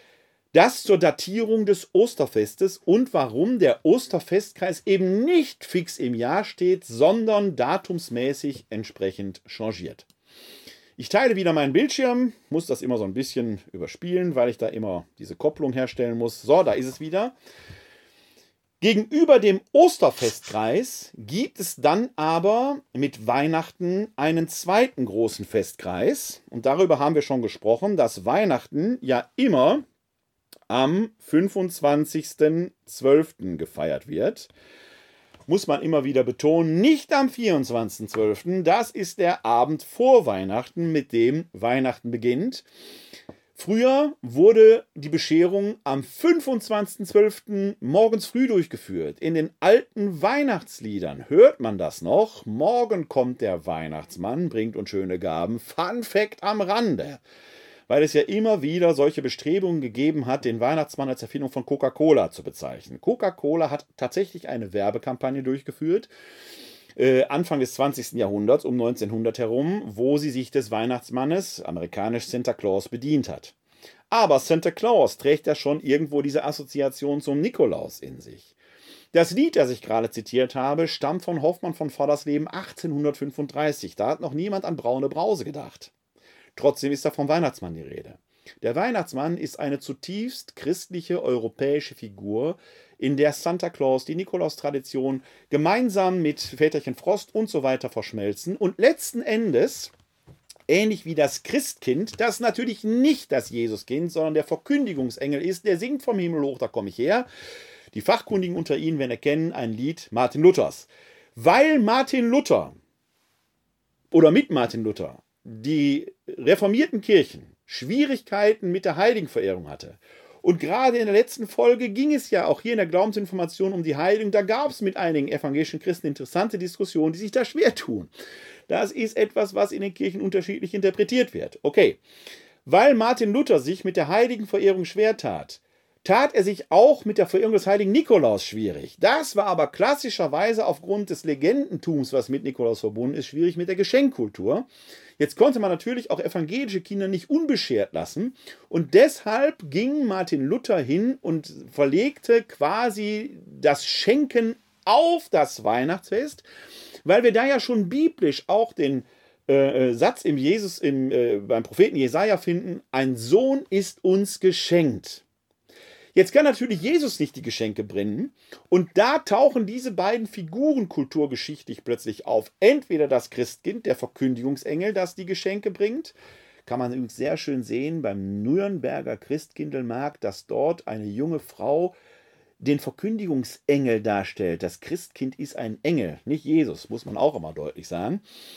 Speaker 1: Das zur Datierung des Osterfestes und warum der Osterfestkreis eben nicht fix im Jahr steht, sondern datumsmäßig entsprechend changiert. Ich teile wieder meinen Bildschirm, muss das immer so ein bisschen überspielen, weil ich da immer diese Kopplung herstellen muss. So, da ist es wieder. Gegenüber dem Osterfestkreis gibt es dann aber mit Weihnachten einen zweiten großen Festkreis. Und darüber haben wir schon gesprochen, dass Weihnachten ja immer am fünfundzwanzigsten zwölften gefeiert wird. Muss man immer wieder betonen, nicht am vierundzwanzigsten zwölften Das ist der Abend vor Weihnachten, mit dem Weihnachten beginnt. Früher wurde die Bescherung am fünfundzwanzigsten zwölften morgens früh durchgeführt. In den alten Weihnachtsliedern hört man das noch. Morgen kommt der Weihnachtsmann, bringt uns schöne Gaben. Fun Fact am Rande. Weil es ja immer wieder solche Bestrebungen gegeben hat, den Weihnachtsmann als Erfindung von Coca-Cola zu bezeichnen. Coca-Cola hat tatsächlich eine Werbekampagne durchgeführt, äh, Anfang des zwanzigsten Jahrhunderts, um neunzehnhundert herum, wo sie sich des Weihnachtsmannes, amerikanisch Santa Claus, bedient hat. Aber Santa Claus trägt ja schon irgendwo diese Assoziation zum Nikolaus in sich. Das Lied, das ich gerade zitiert habe, stammt von Hoffmann von Fallersleben achtzehnhundertfünfunddreißig. Da hat noch niemand an braune Brause gedacht. Trotzdem ist da vom Weihnachtsmann die Rede. Der Weihnachtsmann ist eine zutiefst christliche europäische Figur, in der Santa Claus, die Nikolaus-Tradition gemeinsam mit Väterchen Frost und so weiter verschmelzen und letzten Endes, ähnlich wie das Christkind, das natürlich nicht das Jesuskind, sondern der Verkündigungsengel ist, der singt vom Himmel hoch, da komme ich her. Die Fachkundigen unter Ihnen werden erkennen, ein Lied Martin Luthers. Weil Martin Luther oder mit Martin Luther die reformierten Kirchen Schwierigkeiten mit der Heiligenverehrung hatte. Und gerade in der letzten Folge ging es ja auch hier in der Glaubensinformation um die Heiligen. Da gab es mit einigen evangelischen Christen interessante Diskussionen, die sich da schwer tun. Das ist etwas, was in den Kirchen unterschiedlich interpretiert wird. Okay, weil Martin Luther sich mit der Heiligenverehrung schwer tat, tat er sich auch mit der Verehrung des heiligen Nikolaus schwierig. Das war aber klassischerweise aufgrund des Legendentums, was mit Nikolaus verbunden ist, schwierig mit der Geschenkkultur. Jetzt konnte man natürlich auch evangelische Kinder nicht unbeschert lassen und deshalb ging Martin Luther hin und verlegte quasi das Schenken auf das Weihnachtsfest, weil wir da ja schon biblisch auch den äh, Satz im Jesus, im, äh, beim Propheten Jesaja finden: Ein Sohn ist uns geschenkt. Jetzt kann natürlich Jesus nicht die Geschenke bringen und da tauchen diese beiden Figuren kulturgeschichtlich plötzlich auf. Entweder das Christkind, der Verkündigungsengel, das die Geschenke bringt. Kann man übrigens sehr schön sehen beim Nürnberger Christkindlmarkt, dass dort eine junge Frau den Verkündigungsengel darstellt. Das Christkind ist ein Engel, nicht Jesus, muss man auch immer deutlich sagen.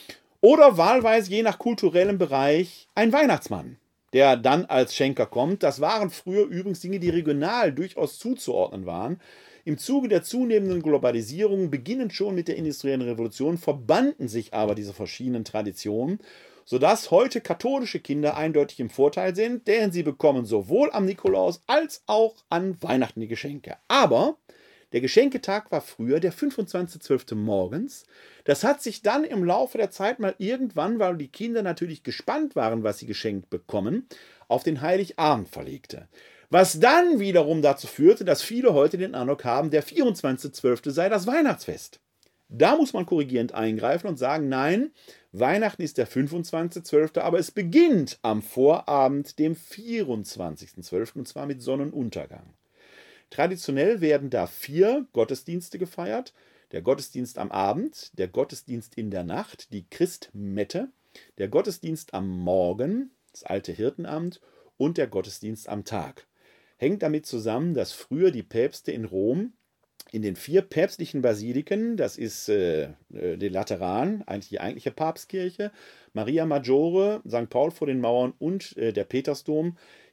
Speaker 1: Oder wahlweise, je nach kulturellem Bereich, ein Weihnachtsmann, der dann als Schenker kommt. Das waren früher übrigens Dinge, die regional durchaus zuzuordnen waren. Im Zuge der zunehmenden Globalisierung, beginnend schon mit der industriellen Revolution, verbanden sich aber diese verschiedenen Traditionen, sodass heute katholische Kinder eindeutig im Vorteil sind, denn sie bekommen sowohl am Nikolaus als auch an Weihnachten die Geschenke. Aber der Geschenketag war früher der fünfundzwanzigste zwölfte morgens. Das hat sich dann im Laufe der Zeit mal irgendwann, weil die Kinder natürlich gespannt waren, was sie geschenkt bekommen, auf den Heiligabend verlegte. Was dann wiederum dazu führte, dass viele heute den Eindruck haben, der vierundzwanzigste zwölfte sei das Weihnachtsfest. Da muss man korrigierend eingreifen und sagen, nein, Weihnachten ist der fünfundzwanzigste zwölfte, aber es beginnt am Vorabend, dem vierundzwanzigsten zwölften und zwar mit Sonnenuntergang. Traditionell werden da vier Gottesdienste gefeiert. Der Gottesdienst am Abend, der Gottesdienst in der Nacht, die Christmette, der Gottesdienst am Morgen, das alte Hirtenamt und der Gottesdienst am Tag. Hängt damit zusammen, dass früher die Päpste in Rom in den vier päpstlichen Basiliken, das ist äh, der Lateran, eigentlich die eigentliche Papstkirche, Maria Maggiore, Sankt Paul vor den Mauern und äh, der Petersdom,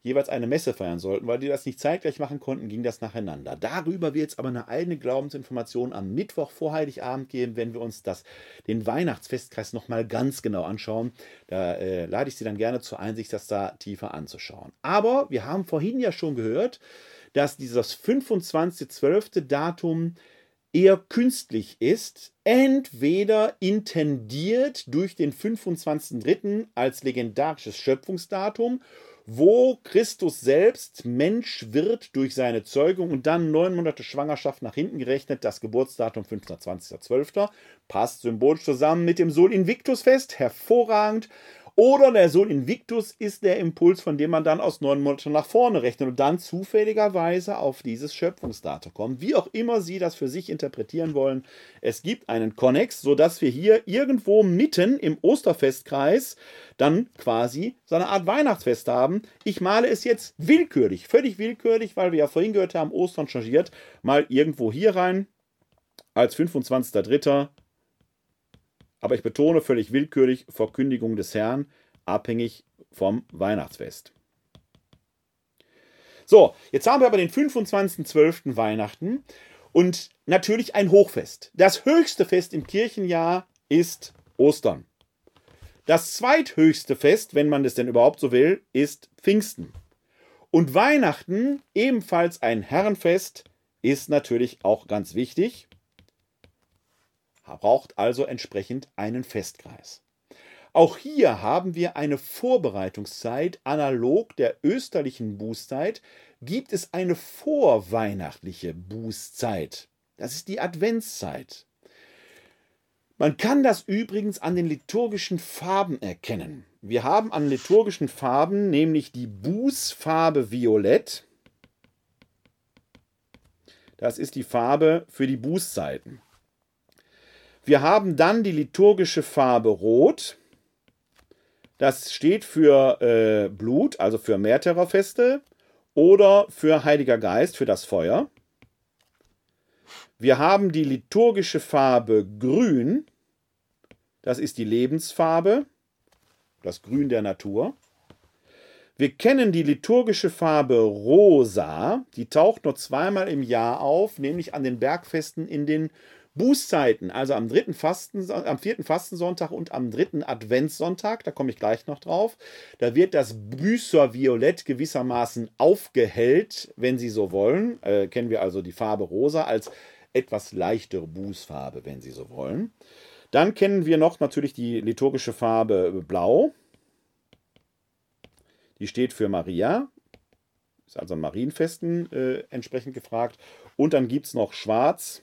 Speaker 1: jeweils eine Messe feiern sollten. Weil die das nicht zeitgleich machen konnten, ging das nacheinander. Darüber wird es aber eine eigene Glaubensinformation am Mittwoch vor Heiligabend geben, wenn wir uns das, den Weihnachtsfestkreis nochmal ganz genau anschauen. Da äh, lade ich Sie dann gerne zur Einsicht, das da tiefer anzuschauen. Aber wir haben vorhin ja schon gehört, dass dieses fünfundzwanzigster zwölfter Datum eher künstlich ist, entweder intendiert durch den fünfundzwanzigsten dritten als legendarisches Schöpfungsdatum, wo Christus selbst Mensch wird durch seine Zeugung und dann neun Monate Schwangerschaft nach hinten gerechnet, das Geburtsdatum fünfundzwanzigster zwölfter passt symbolisch zusammen mit dem Sol Invictus Fest, hervorragend. Oder der Sol Invictus ist der Impuls, von dem man dann aus neun Monaten nach vorne rechnet und dann zufälligerweise auf dieses Schöpfungsdatum kommt. Wie auch immer Sie das für sich interpretieren wollen, es gibt einen Konnex, sodass wir hier irgendwo mitten im Osterfestkreis dann quasi so eine Art Weihnachtsfest haben. Ich male es jetzt willkürlich, völlig willkürlich, weil wir ja vorhin gehört haben, Ostern changiert, mal irgendwo hier rein als fünfundzwanzigster dritter Aber ich betone völlig willkürlich, Verkündigung des Herrn, abhängig vom Weihnachtsfest. So, jetzt haben wir aber den fünfundzwanzigster zwölfter Weihnachten und natürlich ein Hochfest. Das höchste Fest im Kirchenjahr ist Ostern. Das zweithöchste Fest, wenn man das denn überhaupt so will, ist Pfingsten. Und Weihnachten, ebenfalls ein Herrenfest, ist natürlich auch ganz wichtig. Braucht also entsprechend einen Festkreis. Auch hier haben wir eine Vorbereitungszeit, analog der österlichen Bußzeit, gibt es eine vorweihnachtliche Bußzeit. Das ist die Adventszeit. Man kann das übrigens an den liturgischen Farben erkennen. Wir haben an liturgischen Farben nämlich die Bußfarbe Violett. Das ist die Farbe für die Bußzeiten. Wir haben dann die liturgische Farbe Rot. Das steht für äh, Blut, also für Märtyrerfeste oder für Heiliger Geist, für das Feuer. Wir haben die liturgische Farbe Grün. Das ist die Lebensfarbe, das Grün der Natur. Wir kennen die liturgische Farbe Rosa. Die taucht nur zweimal im Jahr auf, nämlich an den Bergfesten in den Bußzeiten, also am, dritten Fasten, am vierten Fastensonntag und am dritten Adventssonntag, da komme ich gleich noch drauf, da wird das Büßerviolett gewissermaßen aufgehellt, wenn Sie so wollen. Äh, kennen wir also die Farbe Rosa als etwas leichtere Bußfarbe, wenn Sie so wollen. Dann kennen wir noch natürlich die liturgische Farbe Blau. Die steht für Maria, ist also an Marienfesten äh, entsprechend gefragt. Und dann gibt es noch Schwarz.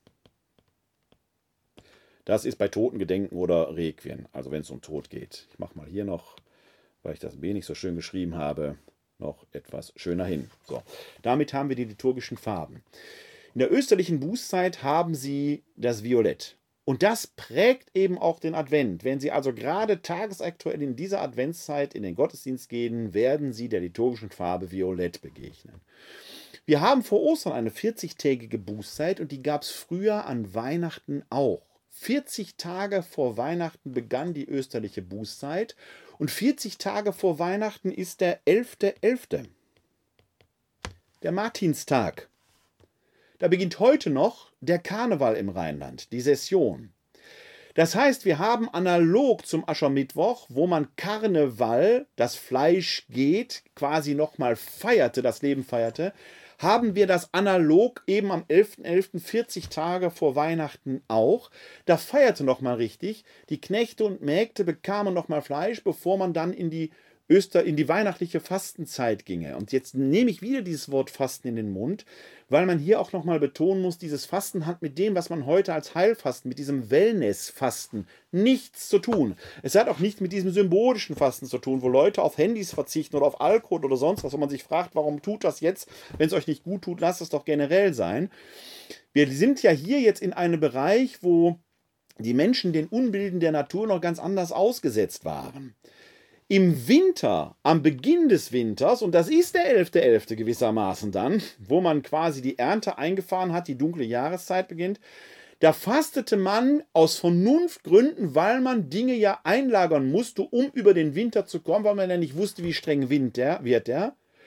Speaker 1: Das ist bei Totengedenken oder Requien, also wenn es um Tod geht. Ich mache mal hier noch, weil ich das B nicht so schön geschrieben habe, noch etwas schöner hin. So, damit haben wir die liturgischen Farben. In der österlichen Bußzeit haben Sie das Violett. Und das prägt eben auch den Advent. Wenn Sie also gerade tagesaktuell in dieser Adventszeit in den Gottesdienst gehen, werden Sie der liturgischen Farbe Violett begegnen. Wir haben vor Ostern eine vierzigtägige Bußzeit und die gab es früher an Weihnachten auch. vierzig Tage vor Weihnachten begann die österliche Bußzeit und vierzig Tage vor Weihnachten ist der elfter elfter der Martinstag. Da beginnt heute noch der Karneval im Rheinland, die Session. Das heißt, wir haben analog zum Aschermittwoch, wo man Karneval, das Fleisch geht, quasi nochmal feierte, das Leben feierte, haben wir das analog eben am elfter elfter vierzig Tage vor Weihnachten auch. Da feierte nochmal richtig. Die Knechte und Mägde bekamen nochmal Fleisch, bevor man dann in die Öster, in die weihnachtliche Fastenzeit ginge. Und jetzt nehme ich wieder dieses Wort Fasten in den Mund, weil man hier auch nochmal betonen muss, dieses Fasten hat mit dem, was man heute als Heilfasten, mit diesem Wellnessfasten nichts zu tun. Es hat auch nichts mit diesem symbolischen Fasten zu tun, wo Leute auf Handys verzichten oder auf Alkohol oder sonst was, wo man sich fragt, warum tut das jetzt? Wenn es euch nicht gut tut, lasst es doch generell sein. Wir sind ja hier jetzt in einem Bereich, wo die Menschen den Unbilden der Natur noch ganz anders ausgesetzt waren. Im Winter, am Beginn des Winters, und das ist der elfter elfter gewissermaßen dann, wo man quasi die Ernte eingefahren hat, die dunkle Jahreszeit beginnt, da fastete man aus Vernunftgründen, weil man Dinge ja einlagern musste, um über den Winter zu kommen, weil man ja nicht wusste, wie streng Wind der, wird der.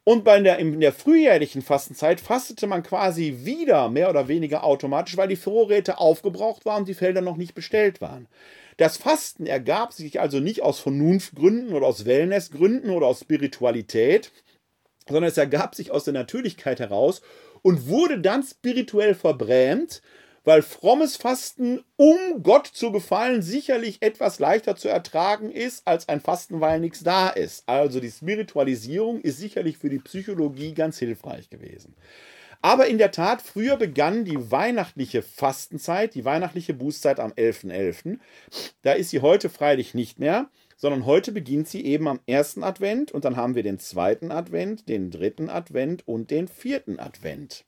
Speaker 1: Und bei der, in der frühjährlichen Fastenzeit fastete man quasi wieder mehr oder weniger automatisch, weil die Vorräte aufgebraucht waren und die Felder noch nicht bestellt waren. Das Fasten ergab sich also nicht aus Vernunftgründen oder aus Wellnessgründen oder aus Spiritualität, sondern es ergab sich aus der Natürlichkeit heraus und wurde dann spirituell verbrämt, weil frommes Fasten, um Gott zu gefallen, sicherlich etwas leichter zu ertragen ist, als ein Fasten, weil nichts da ist. Also die Spiritualisierung ist sicherlich für die Psychologie ganz hilfreich gewesen. Aber in der Tat, früher begann die weihnachtliche Fastenzeit, die weihnachtliche Bußzeit am elften elften Da ist sie heute freilich nicht mehr, sondern heute beginnt sie eben am ersten Advent und dann haben wir den zweiten Advent, den dritten Advent und den vierten Advent.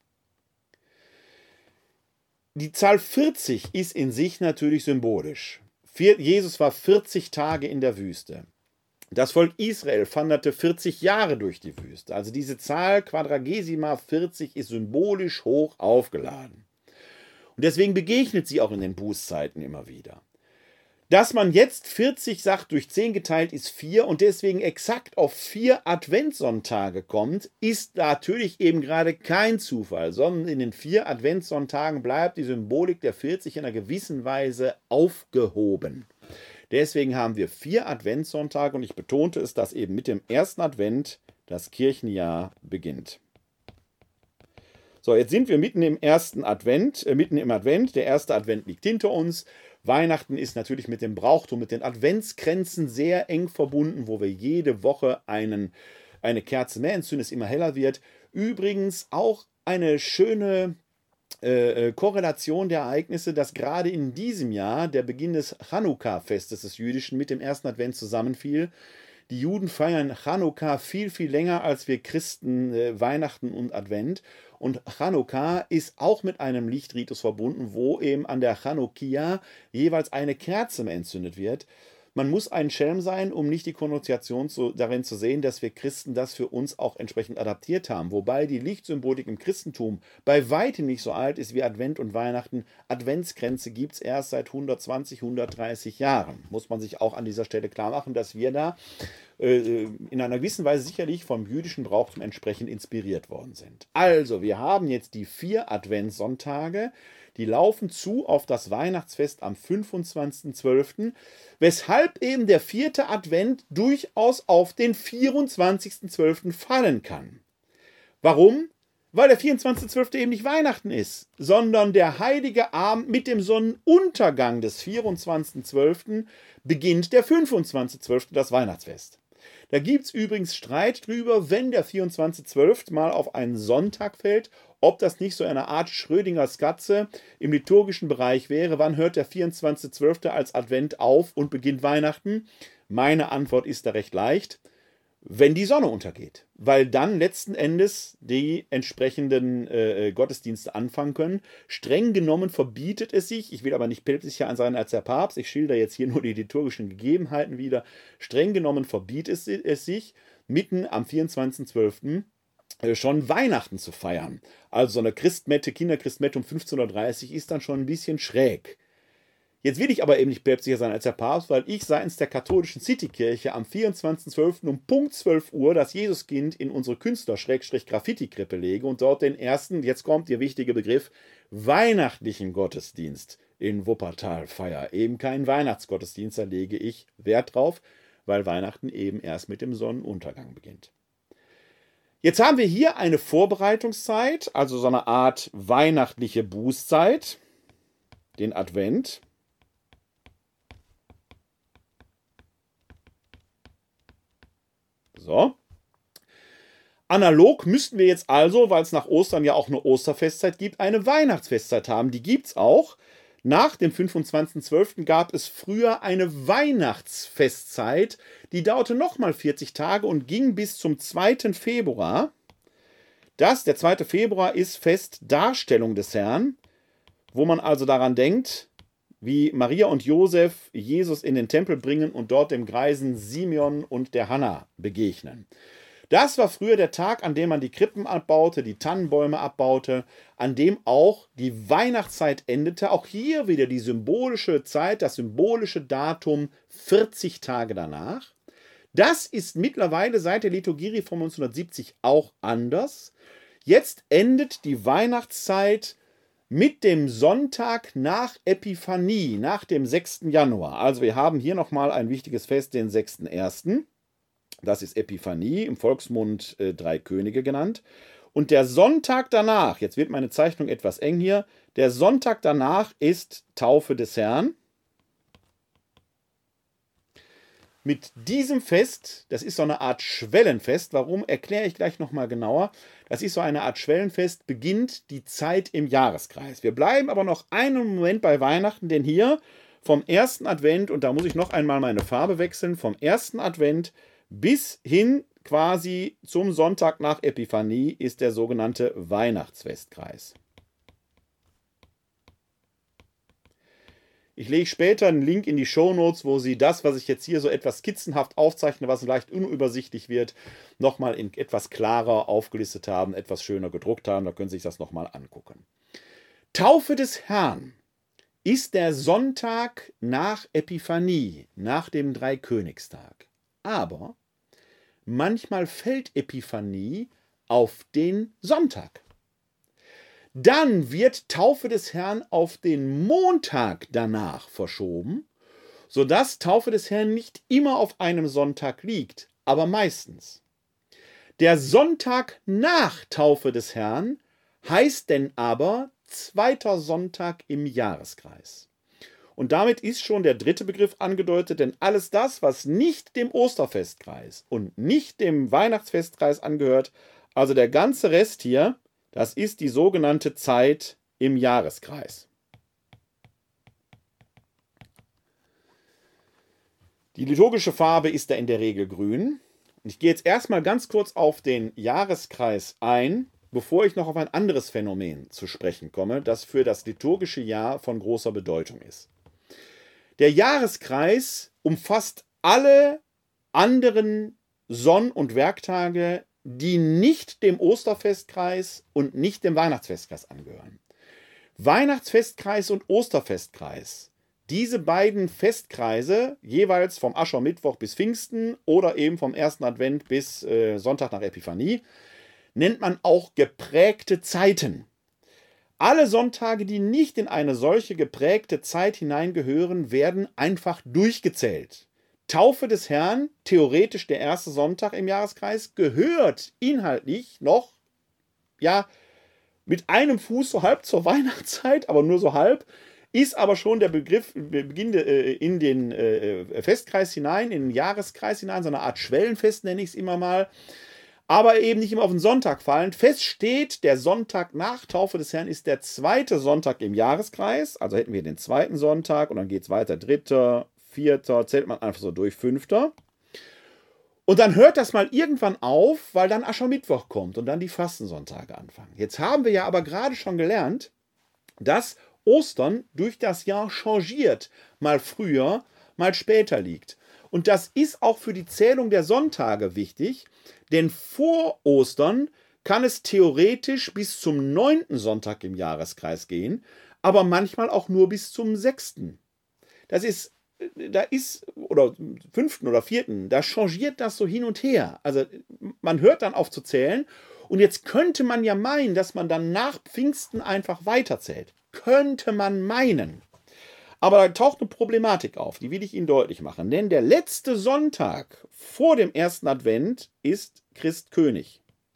Speaker 1: Die Zahl vierzig ist in sich natürlich symbolisch. Jesus war vierzig Tage in der Wüste. Das Volk Israel wanderte vierzig Jahre durch die Wüste. Also diese Zahl Quadragesima vierzig ist symbolisch hoch aufgeladen. Und deswegen begegnet sie auch in den Bußzeiten immer wieder. Dass man jetzt vierzig sagt, durch zehn geteilt ist vier und deswegen exakt auf vier Adventssonntage kommt, ist natürlich eben gerade kein Zufall, sondern in den vier Adventssonntagen bleibt die Symbolik der vierzig in einer gewissen Weise aufgehoben. Deswegen haben wir vier Adventssonntage und ich betonte es, dass eben mit dem ersten Advent das Kirchenjahr beginnt. So, jetzt sind wir mitten im ersten Advent, äh, mitten im Advent. Der erste Advent liegt hinter uns. Weihnachten ist natürlich mit dem Brauchtum, mit den Adventskränzen sehr eng verbunden, wo wir jede Woche einen, eine Kerze mehr entzünden, es immer heller wird. Übrigens auch eine schöne äh, Korrelation der Ereignisse, dass gerade in diesem Jahr der Beginn des Chanukka-Festes des Jüdischen mit dem ersten Advent zusammenfiel. Die Juden feiern Chanukka viel, viel länger als wir Christen äh, Weihnachten und Advent. Und Chanukka ist auch mit einem Lichtritus verbunden, wo eben an der Chanukia jeweils eine Kerze entzündet wird. Man muss ein Schelm sein, um nicht die Konnotation zu, darin zu sehen, dass wir Christen das für uns auch entsprechend adaptiert haben. Wobei die Lichtsymbolik im Christentum bei weitem nicht so alt ist wie Advent und Weihnachten. Adventskränze gibt es erst seit hundertzwanzig, hundertdreißig Jahren. Muss man sich auch an dieser Stelle klar machen, dass wir da äh, in einer gewissen Weise sicherlich vom jüdischen Brauchtum entsprechend inspiriert worden sind. Also, wir haben jetzt die vier Adventssonntage. Die laufen zu auf das Weihnachtsfest am fünfundzwanzigsten zwölften, weshalb eben der vierte Advent durchaus auf den vierundzwanzigsten zwölften fallen kann. Warum? Weil der vierundzwanzigste zwölfte eben nicht Weihnachten ist, sondern der heilige Abend mit dem Sonnenuntergang des vierundzwanzigsten zwölften beginnt der fünfundzwanzigste zwölfte das Weihnachtsfest. Da gibt es übrigens Streit drüber, wenn der vierundzwanzigste zwölfte mal auf einen Sonntag fällt, ob das nicht so eine Art Schrödingers Katze im liturgischen Bereich wäre. Wann hört der vierundzwanzigste zwölfte als Advent auf und beginnt Weihnachten? Meine Antwort ist da recht leicht. Wenn die Sonne untergeht, weil dann letzten Endes die entsprechenden äh, Gottesdienste anfangen können. Streng genommen verbietet es sich, ich will aber nicht päpstlicher sein als der Papst, ich schilder jetzt hier nur die liturgischen Gegebenheiten wieder, streng genommen verbietet es, es sich, mitten am vierundzwanzigsten zwölften äh, schon Weihnachten zu feiern. Also so eine Christmette, Kinderchristmette um fünfzehn Uhr dreißig ist dann schon ein bisschen schräg. Jetzt will ich aber eben nicht päpstlicher sein als der Papst, weil ich seitens der katholischen Citykirche am vierundzwanzigsten zwölften um Punkt zwölf Uhr das Jesuskind in unsere Künstler-Graffiti-Krippe lege und dort den ersten, jetzt kommt der wichtige Begriff, weihnachtlichen Gottesdienst in Wuppertal feiere. Eben keinen Weihnachtsgottesdienst, da lege ich Wert drauf, weil Weihnachten eben erst mit dem Sonnenuntergang beginnt. Jetzt haben wir hier eine Vorbereitungszeit, also so eine Art weihnachtliche Bußzeit, den Advent. So. Analog müssten wir jetzt also, weil es nach Ostern ja auch eine Osterfestzeit gibt, eine Weihnachtsfestzeit haben. Die gibt es auch. Nach dem fünfundzwanzigsten zwölften gab es früher eine Weihnachtsfestzeit, die dauerte nochmal vierzig Tage und ging bis zum zweiten Februar. Das, der zweite Februar, ist Fest Darstellung des Herrn, wo man also daran denkt, wie Maria und Josef Jesus in den Tempel bringen und dort dem Greisen Simeon und der Hanna begegnen. Das war früher der Tag, an dem man die Krippen abbaute, die Tannenbäume abbaute, an dem auch die Weihnachtszeit endete. Auch hier wieder die symbolische Zeit, das symbolische Datum vierzig Tage danach. Das ist mittlerweile seit der Liturgiereform neunzehnhundertsiebzig auch anders. Jetzt endet die Weihnachtszeit mit dem Sonntag nach Epiphanie, nach dem sechsten Januar. Also wir haben hier nochmal ein wichtiges Fest, den sechsten ersten Das ist Epiphanie, im Volksmund äh, Drei Könige genannt. Und der Sonntag danach, jetzt wird meine Zeichnung etwas eng hier, der Sonntag danach ist Taufe des Herrn. Mit diesem Fest, das ist so eine Art Schwellenfest, warum, erkläre ich gleich nochmal genauer. Das ist so eine Art Schwellenfest, beginnt die Zeit im Jahreskreis. Wir bleiben aber noch einen Moment bei Weihnachten, denn hier vom ersten Advent, und da muss ich noch einmal meine Farbe wechseln, vom ersten Advent bis hin quasi zum Sonntag nach Epiphanie ist der sogenannte Weihnachtsfestkreis. Ich lege später einen Link in die Shownotes, wo Sie das, was ich jetzt hier so etwas skizzenhaft aufzeichne, was leicht unübersichtlich wird, nochmal in etwas klarer aufgelistet haben, etwas schöner gedruckt haben. Da können Sie sich das nochmal angucken. Taufe des Herrn ist der Sonntag nach Epiphanie, nach dem Dreikönigstag. Aber manchmal fällt Epiphanie auf den Sonntag. Dann wird Taufe des Herrn auf den Montag danach verschoben, sodass Taufe des Herrn nicht immer auf einem Sonntag liegt, aber meistens. Der Sonntag nach Taufe des Herrn heißt denn aber zweiter Sonntag im Jahreskreis. Und damit ist schon der dritte Begriff angedeutet, denn alles das, was nicht dem Osterfestkreis und nicht dem Weihnachtsfestkreis angehört, also der ganze Rest hier, das ist die sogenannte Zeit im Jahreskreis. Die liturgische Farbe ist da in der Regel grün. Und ich gehe jetzt erstmal ganz kurz auf den Jahreskreis ein, bevor ich noch auf ein anderes Phänomen zu sprechen komme, das für das liturgische Jahr von großer Bedeutung ist. Der Jahreskreis umfasst alle anderen Sonn- und Werktage, die nicht dem Osterfestkreis und nicht dem Weihnachtsfestkreis angehören. Weihnachtsfestkreis und Osterfestkreis, diese beiden Festkreise, jeweils vom Aschermittwoch bis Pfingsten oder eben vom ersten Advent bis äh, Sonntag nach Epiphanie, nennt man auch geprägte Zeiten. Alle Sonntage, die nicht in eine solche geprägte Zeit hineingehören, werden einfach durchgezählt. Taufe des Herrn, theoretisch der erste Sonntag im Jahreskreis, gehört inhaltlich noch, ja, mit einem Fuß so halb zur Weihnachtszeit, aber nur so halb, ist aber schon der Begriff, beginnt äh, in den äh, Festkreis hinein, in den Jahreskreis hinein, so eine Art Schwellenfest nenne ich es immer mal, aber eben nicht immer auf den Sonntag fallend. Fest steht, der Sonntag nach Taufe des Herrn ist der zweite Sonntag im Jahreskreis, also hätten wir den zweiten Sonntag und dann geht es weiter, dritter, vierter, zählt man einfach so durch, fünfter. Und dann hört das mal irgendwann auf, weil dann Aschermittwoch kommt und dann die Fastensonntage anfangen. Jetzt haben wir ja aber gerade schon gelernt, dass Ostern durch das Jahr changiert, mal früher, mal später liegt. Und das ist auch für die Zählung der Sonntage wichtig, denn vor Ostern kann es theoretisch bis zum neunten Sonntag im Jahreskreis gehen, aber manchmal auch nur bis zum sechsten. Das ist Da ist, oder fünften oder vierten, da changiert das so hin und her. Also man hört dann auf zu zählen und jetzt könnte man ja meinen, dass man dann nach Pfingsten einfach weiterzählt. Könnte man meinen. Aber da taucht eine Problematik auf, die will ich Ihnen deutlich machen. Denn der letzte Sonntag vor dem ersten Advent ist Christkönig.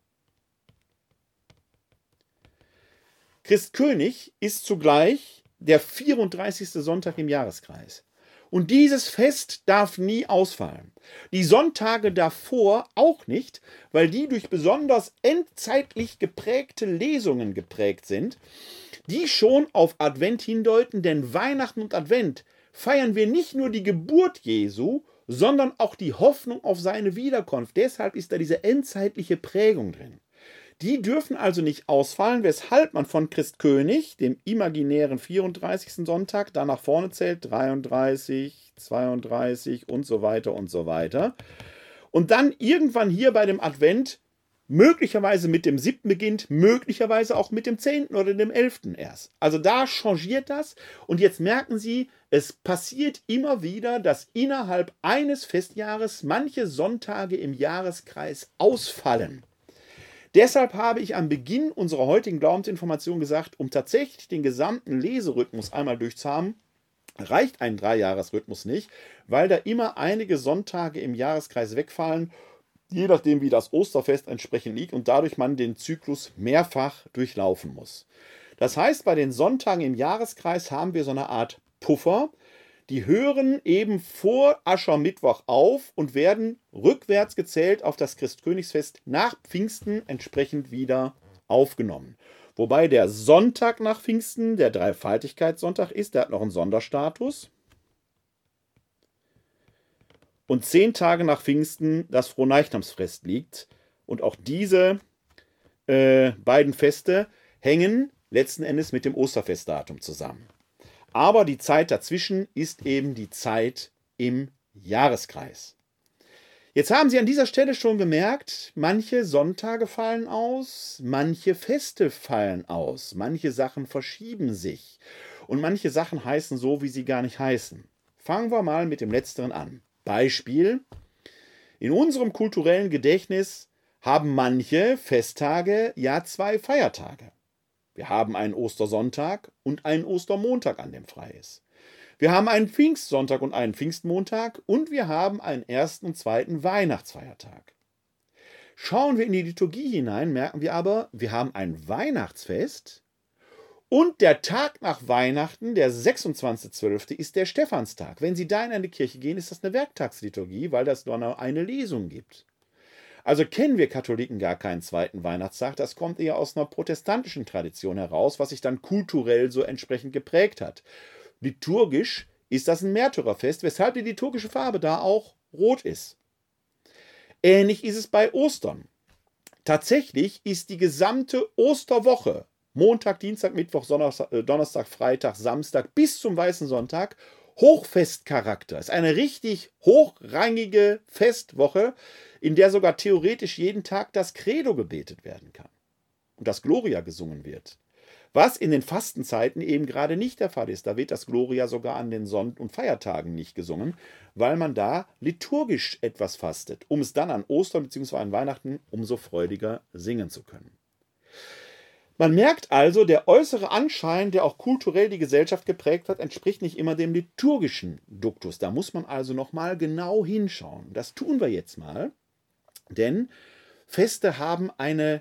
Speaker 1: Christkönig ist zugleich der vierunddreißigste Sonntag im Jahreskreis. Und dieses Fest darf nie ausfallen. Die Sonntage davor auch nicht, weil die durch besonders endzeitlich geprägte Lesungen geprägt sind, die schon auf Advent hindeuten, denn Weihnachten und Advent feiern wir nicht nur die Geburt Jesu, sondern auch die Hoffnung auf seine Wiederkunft. Deshalb ist da diese endzeitliche Prägung drin. Die dürfen also nicht ausfallen, weshalb man von Christkönig, dem imaginären vierunddreißigsten Sonntag, da nach vorne zählt, dreiunddreißig, zweiunddreißig und so weiter und so weiter. Und dann irgendwann hier bei dem Advent möglicherweise mit dem siebten beginnt, möglicherweise auch mit dem zehnten oder dem elften erst. Also da changiert das. Und jetzt merken Sie, es passiert immer wieder, dass innerhalb eines Festjahres manche Sonntage im Jahreskreis ausfallen. Deshalb habe ich am Beginn unserer heutigen Glaubensinformation gesagt, um tatsächlich den gesamten Leserhythmus einmal durchzuhaben, reicht ein Dreijahresrhythmus nicht, weil da immer einige Sonntage im Jahreskreis wegfallen, je nachdem wie das Osterfest entsprechend liegt und dadurch man den Zyklus mehrfach durchlaufen muss. Das heißt, bei den Sonntagen im Jahreskreis haben wir so eine Art Puffer, die hören eben vor Aschermittwoch auf und werden rückwärts gezählt auf das Christkönigsfest nach Pfingsten entsprechend wieder aufgenommen. Wobei der Sonntag nach Pfingsten der Dreifaltigkeitssonntag ist, der hat noch einen Sonderstatus. Und zehn Tage nach Pfingsten das Fronleichnamsfest liegt. Und auch diese äh, beiden Feste hängen letzten Endes mit dem Osterfestdatum zusammen. Aber die Zeit dazwischen ist eben die Zeit im Jahreskreis. Jetzt haben Sie an dieser Stelle schon gemerkt, manche Sonntage fallen aus, manche Feste fallen aus, manche Sachen verschieben sich und manche Sachen heißen so, wie sie gar nicht heißen. Fangen wir mal mit dem Letzteren an. Beispiel: In unserem kulturellen Gedächtnis haben manche Festtage ja zwei Feiertage. Wir haben einen Ostersonntag und einen Ostermontag, an dem frei ist. Wir haben einen Pfingstsonntag und einen Pfingstmontag und wir haben einen ersten und zweiten Weihnachtsfeiertag. Schauen wir in die Liturgie hinein, merken wir aber, wir haben ein Weihnachtsfest und der Tag nach Weihnachten, der sechsundzwanzigste zwölfte, ist der Stephanstag. Wenn Sie da in eine Kirche gehen, ist das eine Werktagsliturgie, weil das nur noch eine Lesung gibt. Also kennen wir Katholiken gar keinen zweiten Weihnachtstag. Das kommt eher aus einer protestantischen Tradition heraus, was sich dann kulturell so entsprechend geprägt hat. Liturgisch ist das ein Märtyrerfest, weshalb die liturgische Farbe da auch rot ist. Ähnlich ist es bei Ostern. Tatsächlich ist die gesamte Osterwoche, Montag, Dienstag, Mittwoch, Donnerstag, Freitag, Samstag bis zum Weißen Sonntag, Hochfestcharakter. Es ist eine richtig hochrangige Festwoche, in der sogar theoretisch jeden Tag das Credo gebetet werden kann und das Gloria gesungen wird. Was in den Fastenzeiten eben gerade nicht der Fall ist. Da wird das Gloria sogar an den Sonn- und Feiertagen nicht gesungen, weil man da liturgisch etwas fastet, um es dann an Ostern bzw. an Weihnachten umso freudiger singen zu können. Man merkt also, der äußere Anschein, der auch kulturell die Gesellschaft geprägt hat, entspricht nicht immer dem liturgischen Duktus. Da muss man also nochmal genau hinschauen. Das tun wir jetzt mal, denn Feste haben eine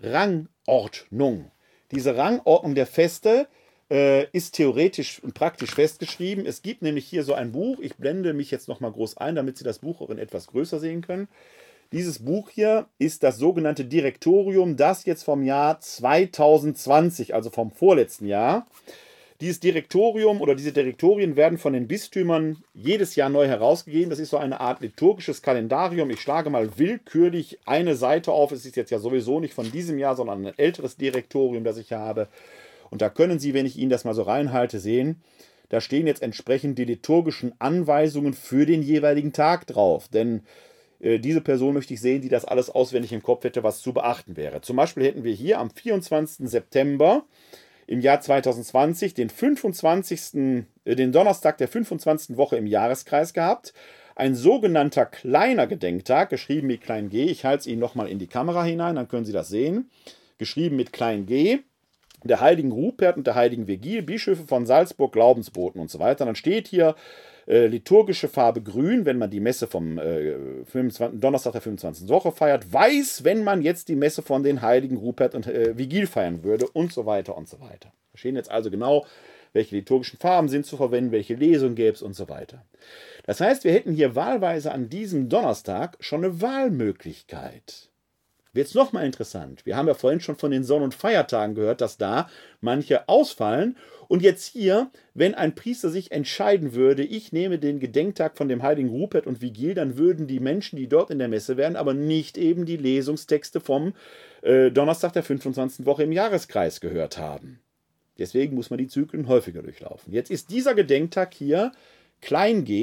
Speaker 1: Rangordnung. Diese Rangordnung der Feste äh, ist theoretisch und praktisch festgeschrieben. Es gibt nämlich hier so ein Buch. Ich blende mich jetzt nochmal groß ein, damit Sie das Buch auch in etwas größer sehen können. Dieses Buch hier ist das sogenannte Direktorium, das jetzt vom Jahr zweitausendzwanzig, also vom vorletzten Jahr. Dieses Direktorium oder diese Direktorien werden von den Bistümern jedes Jahr neu herausgegeben. Das ist so eine Art liturgisches Kalendarium. Ich schlage mal willkürlich eine Seite auf. Es ist jetzt ja sowieso nicht von diesem Jahr, sondern ein älteres Direktorium, das ich habe. Und da können Sie, wenn ich Ihnen das mal so reinhalte, sehen, da stehen jetzt entsprechend die liturgischen Anweisungen für den jeweiligen Tag drauf. Denn äh, diese Person möchte ich sehen, die das alles auswendig im Kopf hätte, was zu beachten wäre. Zum Beispiel hätten wir hier am vierundzwanzigsten September im Jahr zweitausendzwanzig den fünfundzwanzigsten, äh, den Donnerstag der fünfundzwanzigsten Woche im Jahreskreis gehabt. Ein sogenannter kleiner Gedenktag, geschrieben mit klein g. Ich halte es Ihnen nochmal in die Kamera hinein, dann können Sie das sehen. Geschrieben mit klein g. Der heiligen Rupert und der heiligen Vigil, Bischöfe von Salzburg, Glaubensboten und so weiter. Dann steht hier äh, liturgische Farbe grün, wenn man die Messe vom äh, fünfundzwanzigsten, Donnerstag der fünfundzwanzigsten Woche feiert. Weiß, wenn man jetzt die Messe von den heiligen Rupert und äh, Vigil feiern würde und so weiter und so weiter. Da stehen jetzt also genau, welche liturgischen Farben sind zu verwenden, welche Lesung gäbe es und so weiter. Das heißt, wir hätten hier wahlweise an diesem Donnerstag schon eine Wahlmöglichkeit. Wird es nochmal interessant. Wir haben ja vorhin schon von den Sonn- und Feiertagen gehört, dass da manche ausfallen. Und jetzt hier, wenn ein Priester sich entscheiden würde, ich nehme den Gedenktag von dem heiligen Rupert und Vigil, dann würden die Menschen, die dort in der Messe wären, aber nicht eben die Lesungstexte vom äh, Donnerstag der fünfundzwanzigsten Woche im Jahreskreis gehört haben. Deswegen muss man die Zyklen häufiger durchlaufen. Jetzt ist dieser Gedenktag hier klein g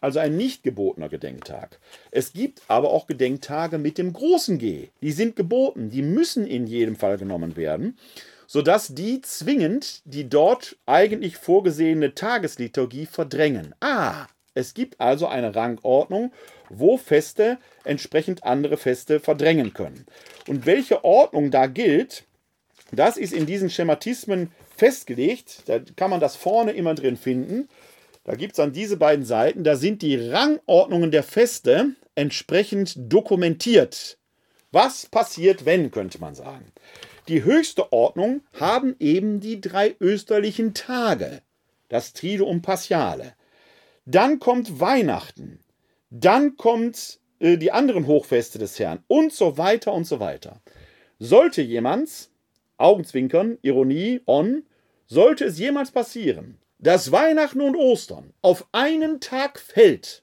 Speaker 1: also ein nicht gebotener Gedenktag. Es gibt aber auch Gedenktage mit dem großen G. Die sind geboten, die müssen in jedem Fall genommen werden, sodass die zwingend die dort eigentlich vorgesehene Tagesliturgie verdrängen. Ah, es gibt also eine Rangordnung, wo Feste entsprechend andere Feste verdrängen können. Und welche Ordnung da gilt, das ist in diesen Schematismen festgelegt. Da kann man das vorne immer drin finden. Da gibt es an diese beiden Seiten, da sind die Rangordnungen der Feste entsprechend dokumentiert. Was passiert, wenn, könnte man sagen. Die höchste Ordnung haben eben die drei österlichen Tage, das Triduum Paschale. Dann kommt Weihnachten, dann kommt äh, die anderen Hochfeste des Herrn und so weiter und so weiter. Sollte jemand, Augenzwinkern, Ironie, on, sollte es jemals passieren, dass Weihnachten und Ostern auf einen Tag fällt,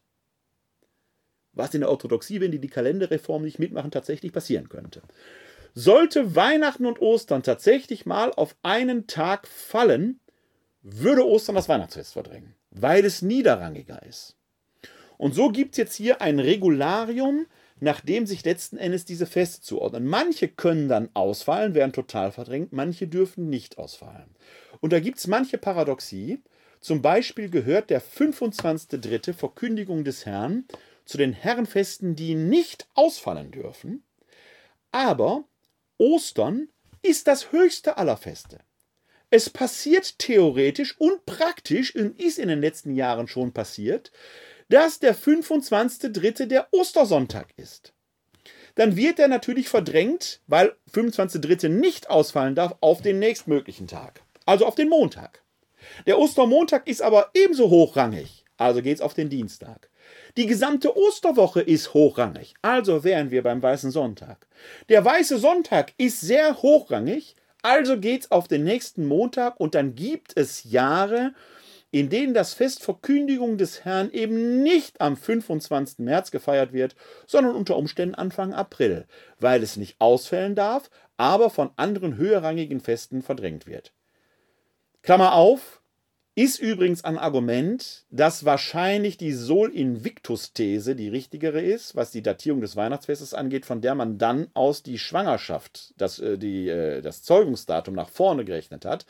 Speaker 1: was in der Orthodoxie, wenn die die Kalenderreform nicht mitmachen, tatsächlich passieren könnte. Sollte Weihnachten und Ostern tatsächlich mal auf einen Tag fallen, würde Ostern das Weihnachtsfest verdrängen, weil es niederrangiger ist. Und so gibt es jetzt hier ein Regularium, nach dem sich letzten Endes diese Feste zuordnen. Manche können dann ausfallen, werden total verdrängt, manche dürfen nicht ausfallen. Und da gibt es manche Paradoxie. Zum Beispiel gehört der fünfundzwanzigste dritte Verkündigung des Herrn zu den Herrenfesten, die nicht ausfallen dürfen. Aber Ostern ist das höchste aller Feste. Es passiert theoretisch und praktisch, und ist in den letzten Jahren schon passiert, dass der fünfundzwanzigste dritte der Ostersonntag ist. Dann wird er natürlich verdrängt, weil fünfundzwanzigste dritte nicht ausfallen darf, auf den nächstmöglichen Tag. Also auf den Montag. Der Ostermontag ist aber ebenso hochrangig, also geht es auf den Dienstag. Die gesamte Osterwoche ist hochrangig, also wären wir beim Weißen Sonntag. Der Weiße Sonntag ist sehr hochrangig, also geht es auf den nächsten Montag und dann gibt es Jahre, in denen das Fest Verkündigung des Herrn eben nicht am fünfundzwanzigsten März gefeiert wird, sondern unter Umständen Anfang April, weil es nicht ausfällen darf, aber von anderen höherrangigen Festen verdrängt wird. Klammer auf, ist übrigens ein Argument, dass wahrscheinlich die Sol Invictus-These die richtigere ist, was die Datierung des Weihnachtsfestes angeht, von der man dann aus die Schwangerschaft, das, die, das Zeugungsdatum nach vorne gerechnet hat,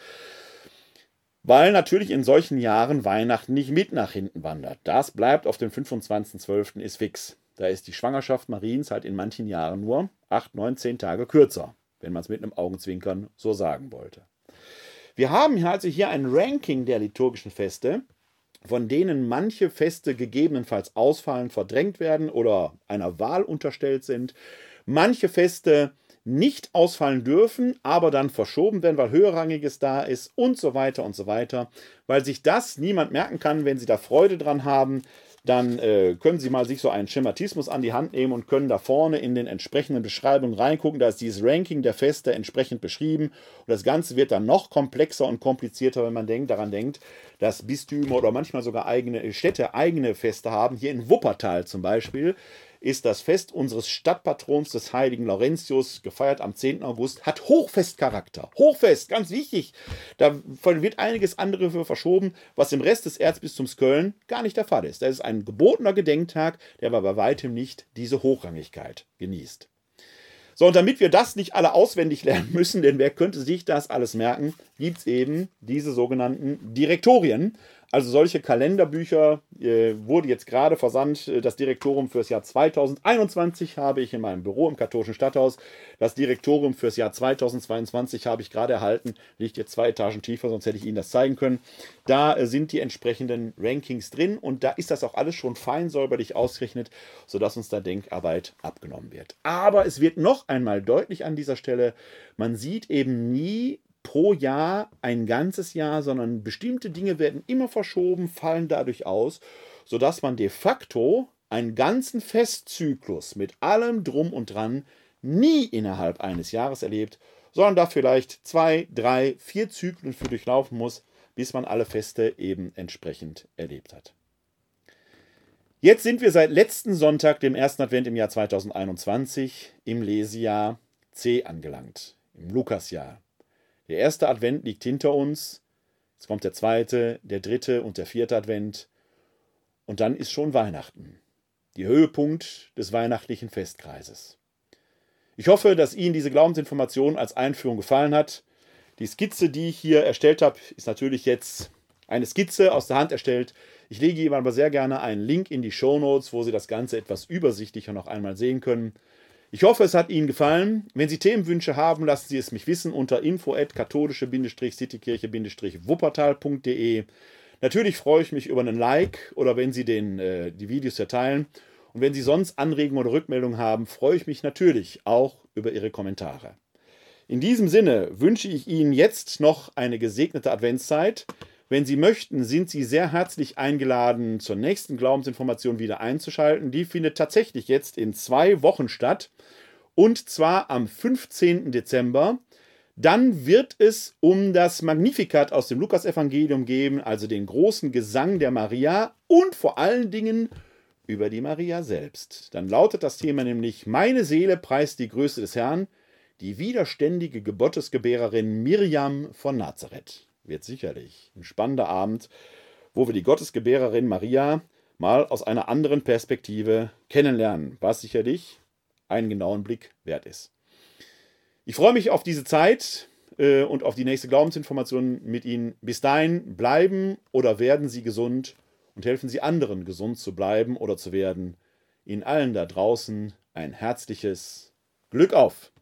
Speaker 1: weil natürlich in solchen Jahren Weihnachten nicht mit nach hinten wandert. Das bleibt auf dem fünfundzwanzigsten zwölften ist fix. Da ist die Schwangerschaft Mariens halt in manchen Jahren nur acht, neun, zehn Tage kürzer, wenn man es mit einem Augenzwinkern so sagen wollte. Wir haben also hier ein Ranking der liturgischen Feste, von denen manche Feste gegebenenfalls ausfallen, verdrängt werden oder einer Wahl unterstellt sind. Manche Feste nicht ausfallen dürfen, aber dann verschoben werden, weil höherrangiges da ist und so weiter und so weiter. Weil sich das niemand merken kann, wenn Sie da Freude dran haben, dann äh, können Sie mal sich so einen Schematismus an die Hand nehmen und können da vorne in den entsprechenden Beschreibungen reingucken. Da ist dieses Ranking der Feste entsprechend beschrieben. Und das Ganze wird dann noch komplexer und komplizierter, wenn man denkt, daran denkt, dass Bistümer oder manchmal sogar eigene Städte eigene Feste haben. Hier in Wuppertal zum Beispiel ist das Fest unseres Stadtpatrons des heiligen Laurentius, gefeiert am zehnten August, hat Hochfestcharakter. Hochfest, ganz wichtig. Da wird einiges andere für verschoben, was im Rest des Erzbistums Köln gar nicht der Fall ist. Das ist ein gebotener Gedenktag, der aber bei weitem nicht diese Hochrangigkeit genießt. So, und damit wir das nicht alle auswendig lernen müssen, denn wer könnte sich das alles merken, gibt es eben diese sogenannten Direktorien. Also solche Kalenderbücher äh, wurde jetzt gerade versandt. Das Direktorium fürs Jahr zweitausendeinundzwanzig habe ich in meinem Büro im katholischen Stadthaus. Das Direktorium fürs Jahr zweitausendzweiundzwanzig habe ich gerade erhalten. Liegt jetzt zwei Etagen tiefer, sonst hätte ich Ihnen das zeigen können. Da äh, sind die entsprechenden Rankings drin und da ist das auch alles schon fein säuberlich ausgerechnet, sodass uns da Denkarbeit abgenommen wird. Aber es wird noch einmal deutlich an dieser Stelle, man sieht eben nie pro Jahr ein ganzes Jahr, sondern bestimmte Dinge werden immer verschoben, fallen dadurch aus, sodass man de facto einen ganzen Festzyklus mit allem Drum und Dran nie innerhalb eines Jahres erlebt, sondern da vielleicht zwei, drei, vier Zyklen für durchlaufen muss, bis man alle Feste eben entsprechend erlebt hat. Jetzt sind wir seit letzten Sonntag, dem ersten Advent im Jahr zweitausendeinundzwanzig, im Lesejahr C angelangt, im Lukasjahr. Der erste Advent liegt hinter uns, jetzt kommt der zweite, der dritte und der vierte Advent. und dann ist schon Weihnachten. Der Höhepunkt des weihnachtlichen Festkreises. Ich hoffe, dass Ihnen diese Glaubensinformation als Einführung gefallen hat. Die Skizze, die ich hier erstellt habe, ist natürlich jetzt eine Skizze aus der Hand erstellt. Ich lege Ihnen aber sehr gerne einen Link in die Shownotes, wo Sie das Ganze etwas übersichtlicher noch einmal sehen können. Ich hoffe, es hat Ihnen gefallen. Wenn Sie Themenwünsche haben, lassen Sie es mich wissen unter info at katholische-citykirche-wuppertal punkt de. Natürlich freue ich mich über einen Like oder wenn Sie den, äh, die Videos ja teilen. Und wenn Sie sonst Anregungen oder Rückmeldungen haben, freue ich mich natürlich auch über Ihre Kommentare. In diesem Sinne wünsche ich Ihnen jetzt noch eine gesegnete Adventszeit. Wenn Sie möchten, sind Sie sehr herzlich eingeladen, zur nächsten Glaubensinformation wieder einzuschalten. Die findet tatsächlich jetzt in zwei Wochen statt. Und zwar am fünfzehnten Dezember. Dann wird es um das Magnificat aus dem Lukasevangelium gehen, also den großen Gesang der Maria und vor allen Dingen über die Maria selbst. Dann lautet das Thema nämlich: Meine Seele preist die Größe des Herrn, die widerständige Gottesgebärerin Miriam von Nazareth. Wird sicherlich ein spannender Abend, wo wir die Gottesgebärerin Maria mal aus einer anderen Perspektive kennenlernen, was sicherlich einen genauen Blick wert ist. Ich freue mich auf diese Zeit äh, und auf die nächste Glaubensinformation mit Ihnen. Bis dahin bleiben oder werden Sie gesund und helfen Sie anderen, gesund zu bleiben oder zu werden. Ihnen allen da draußen ein herzliches Glück auf!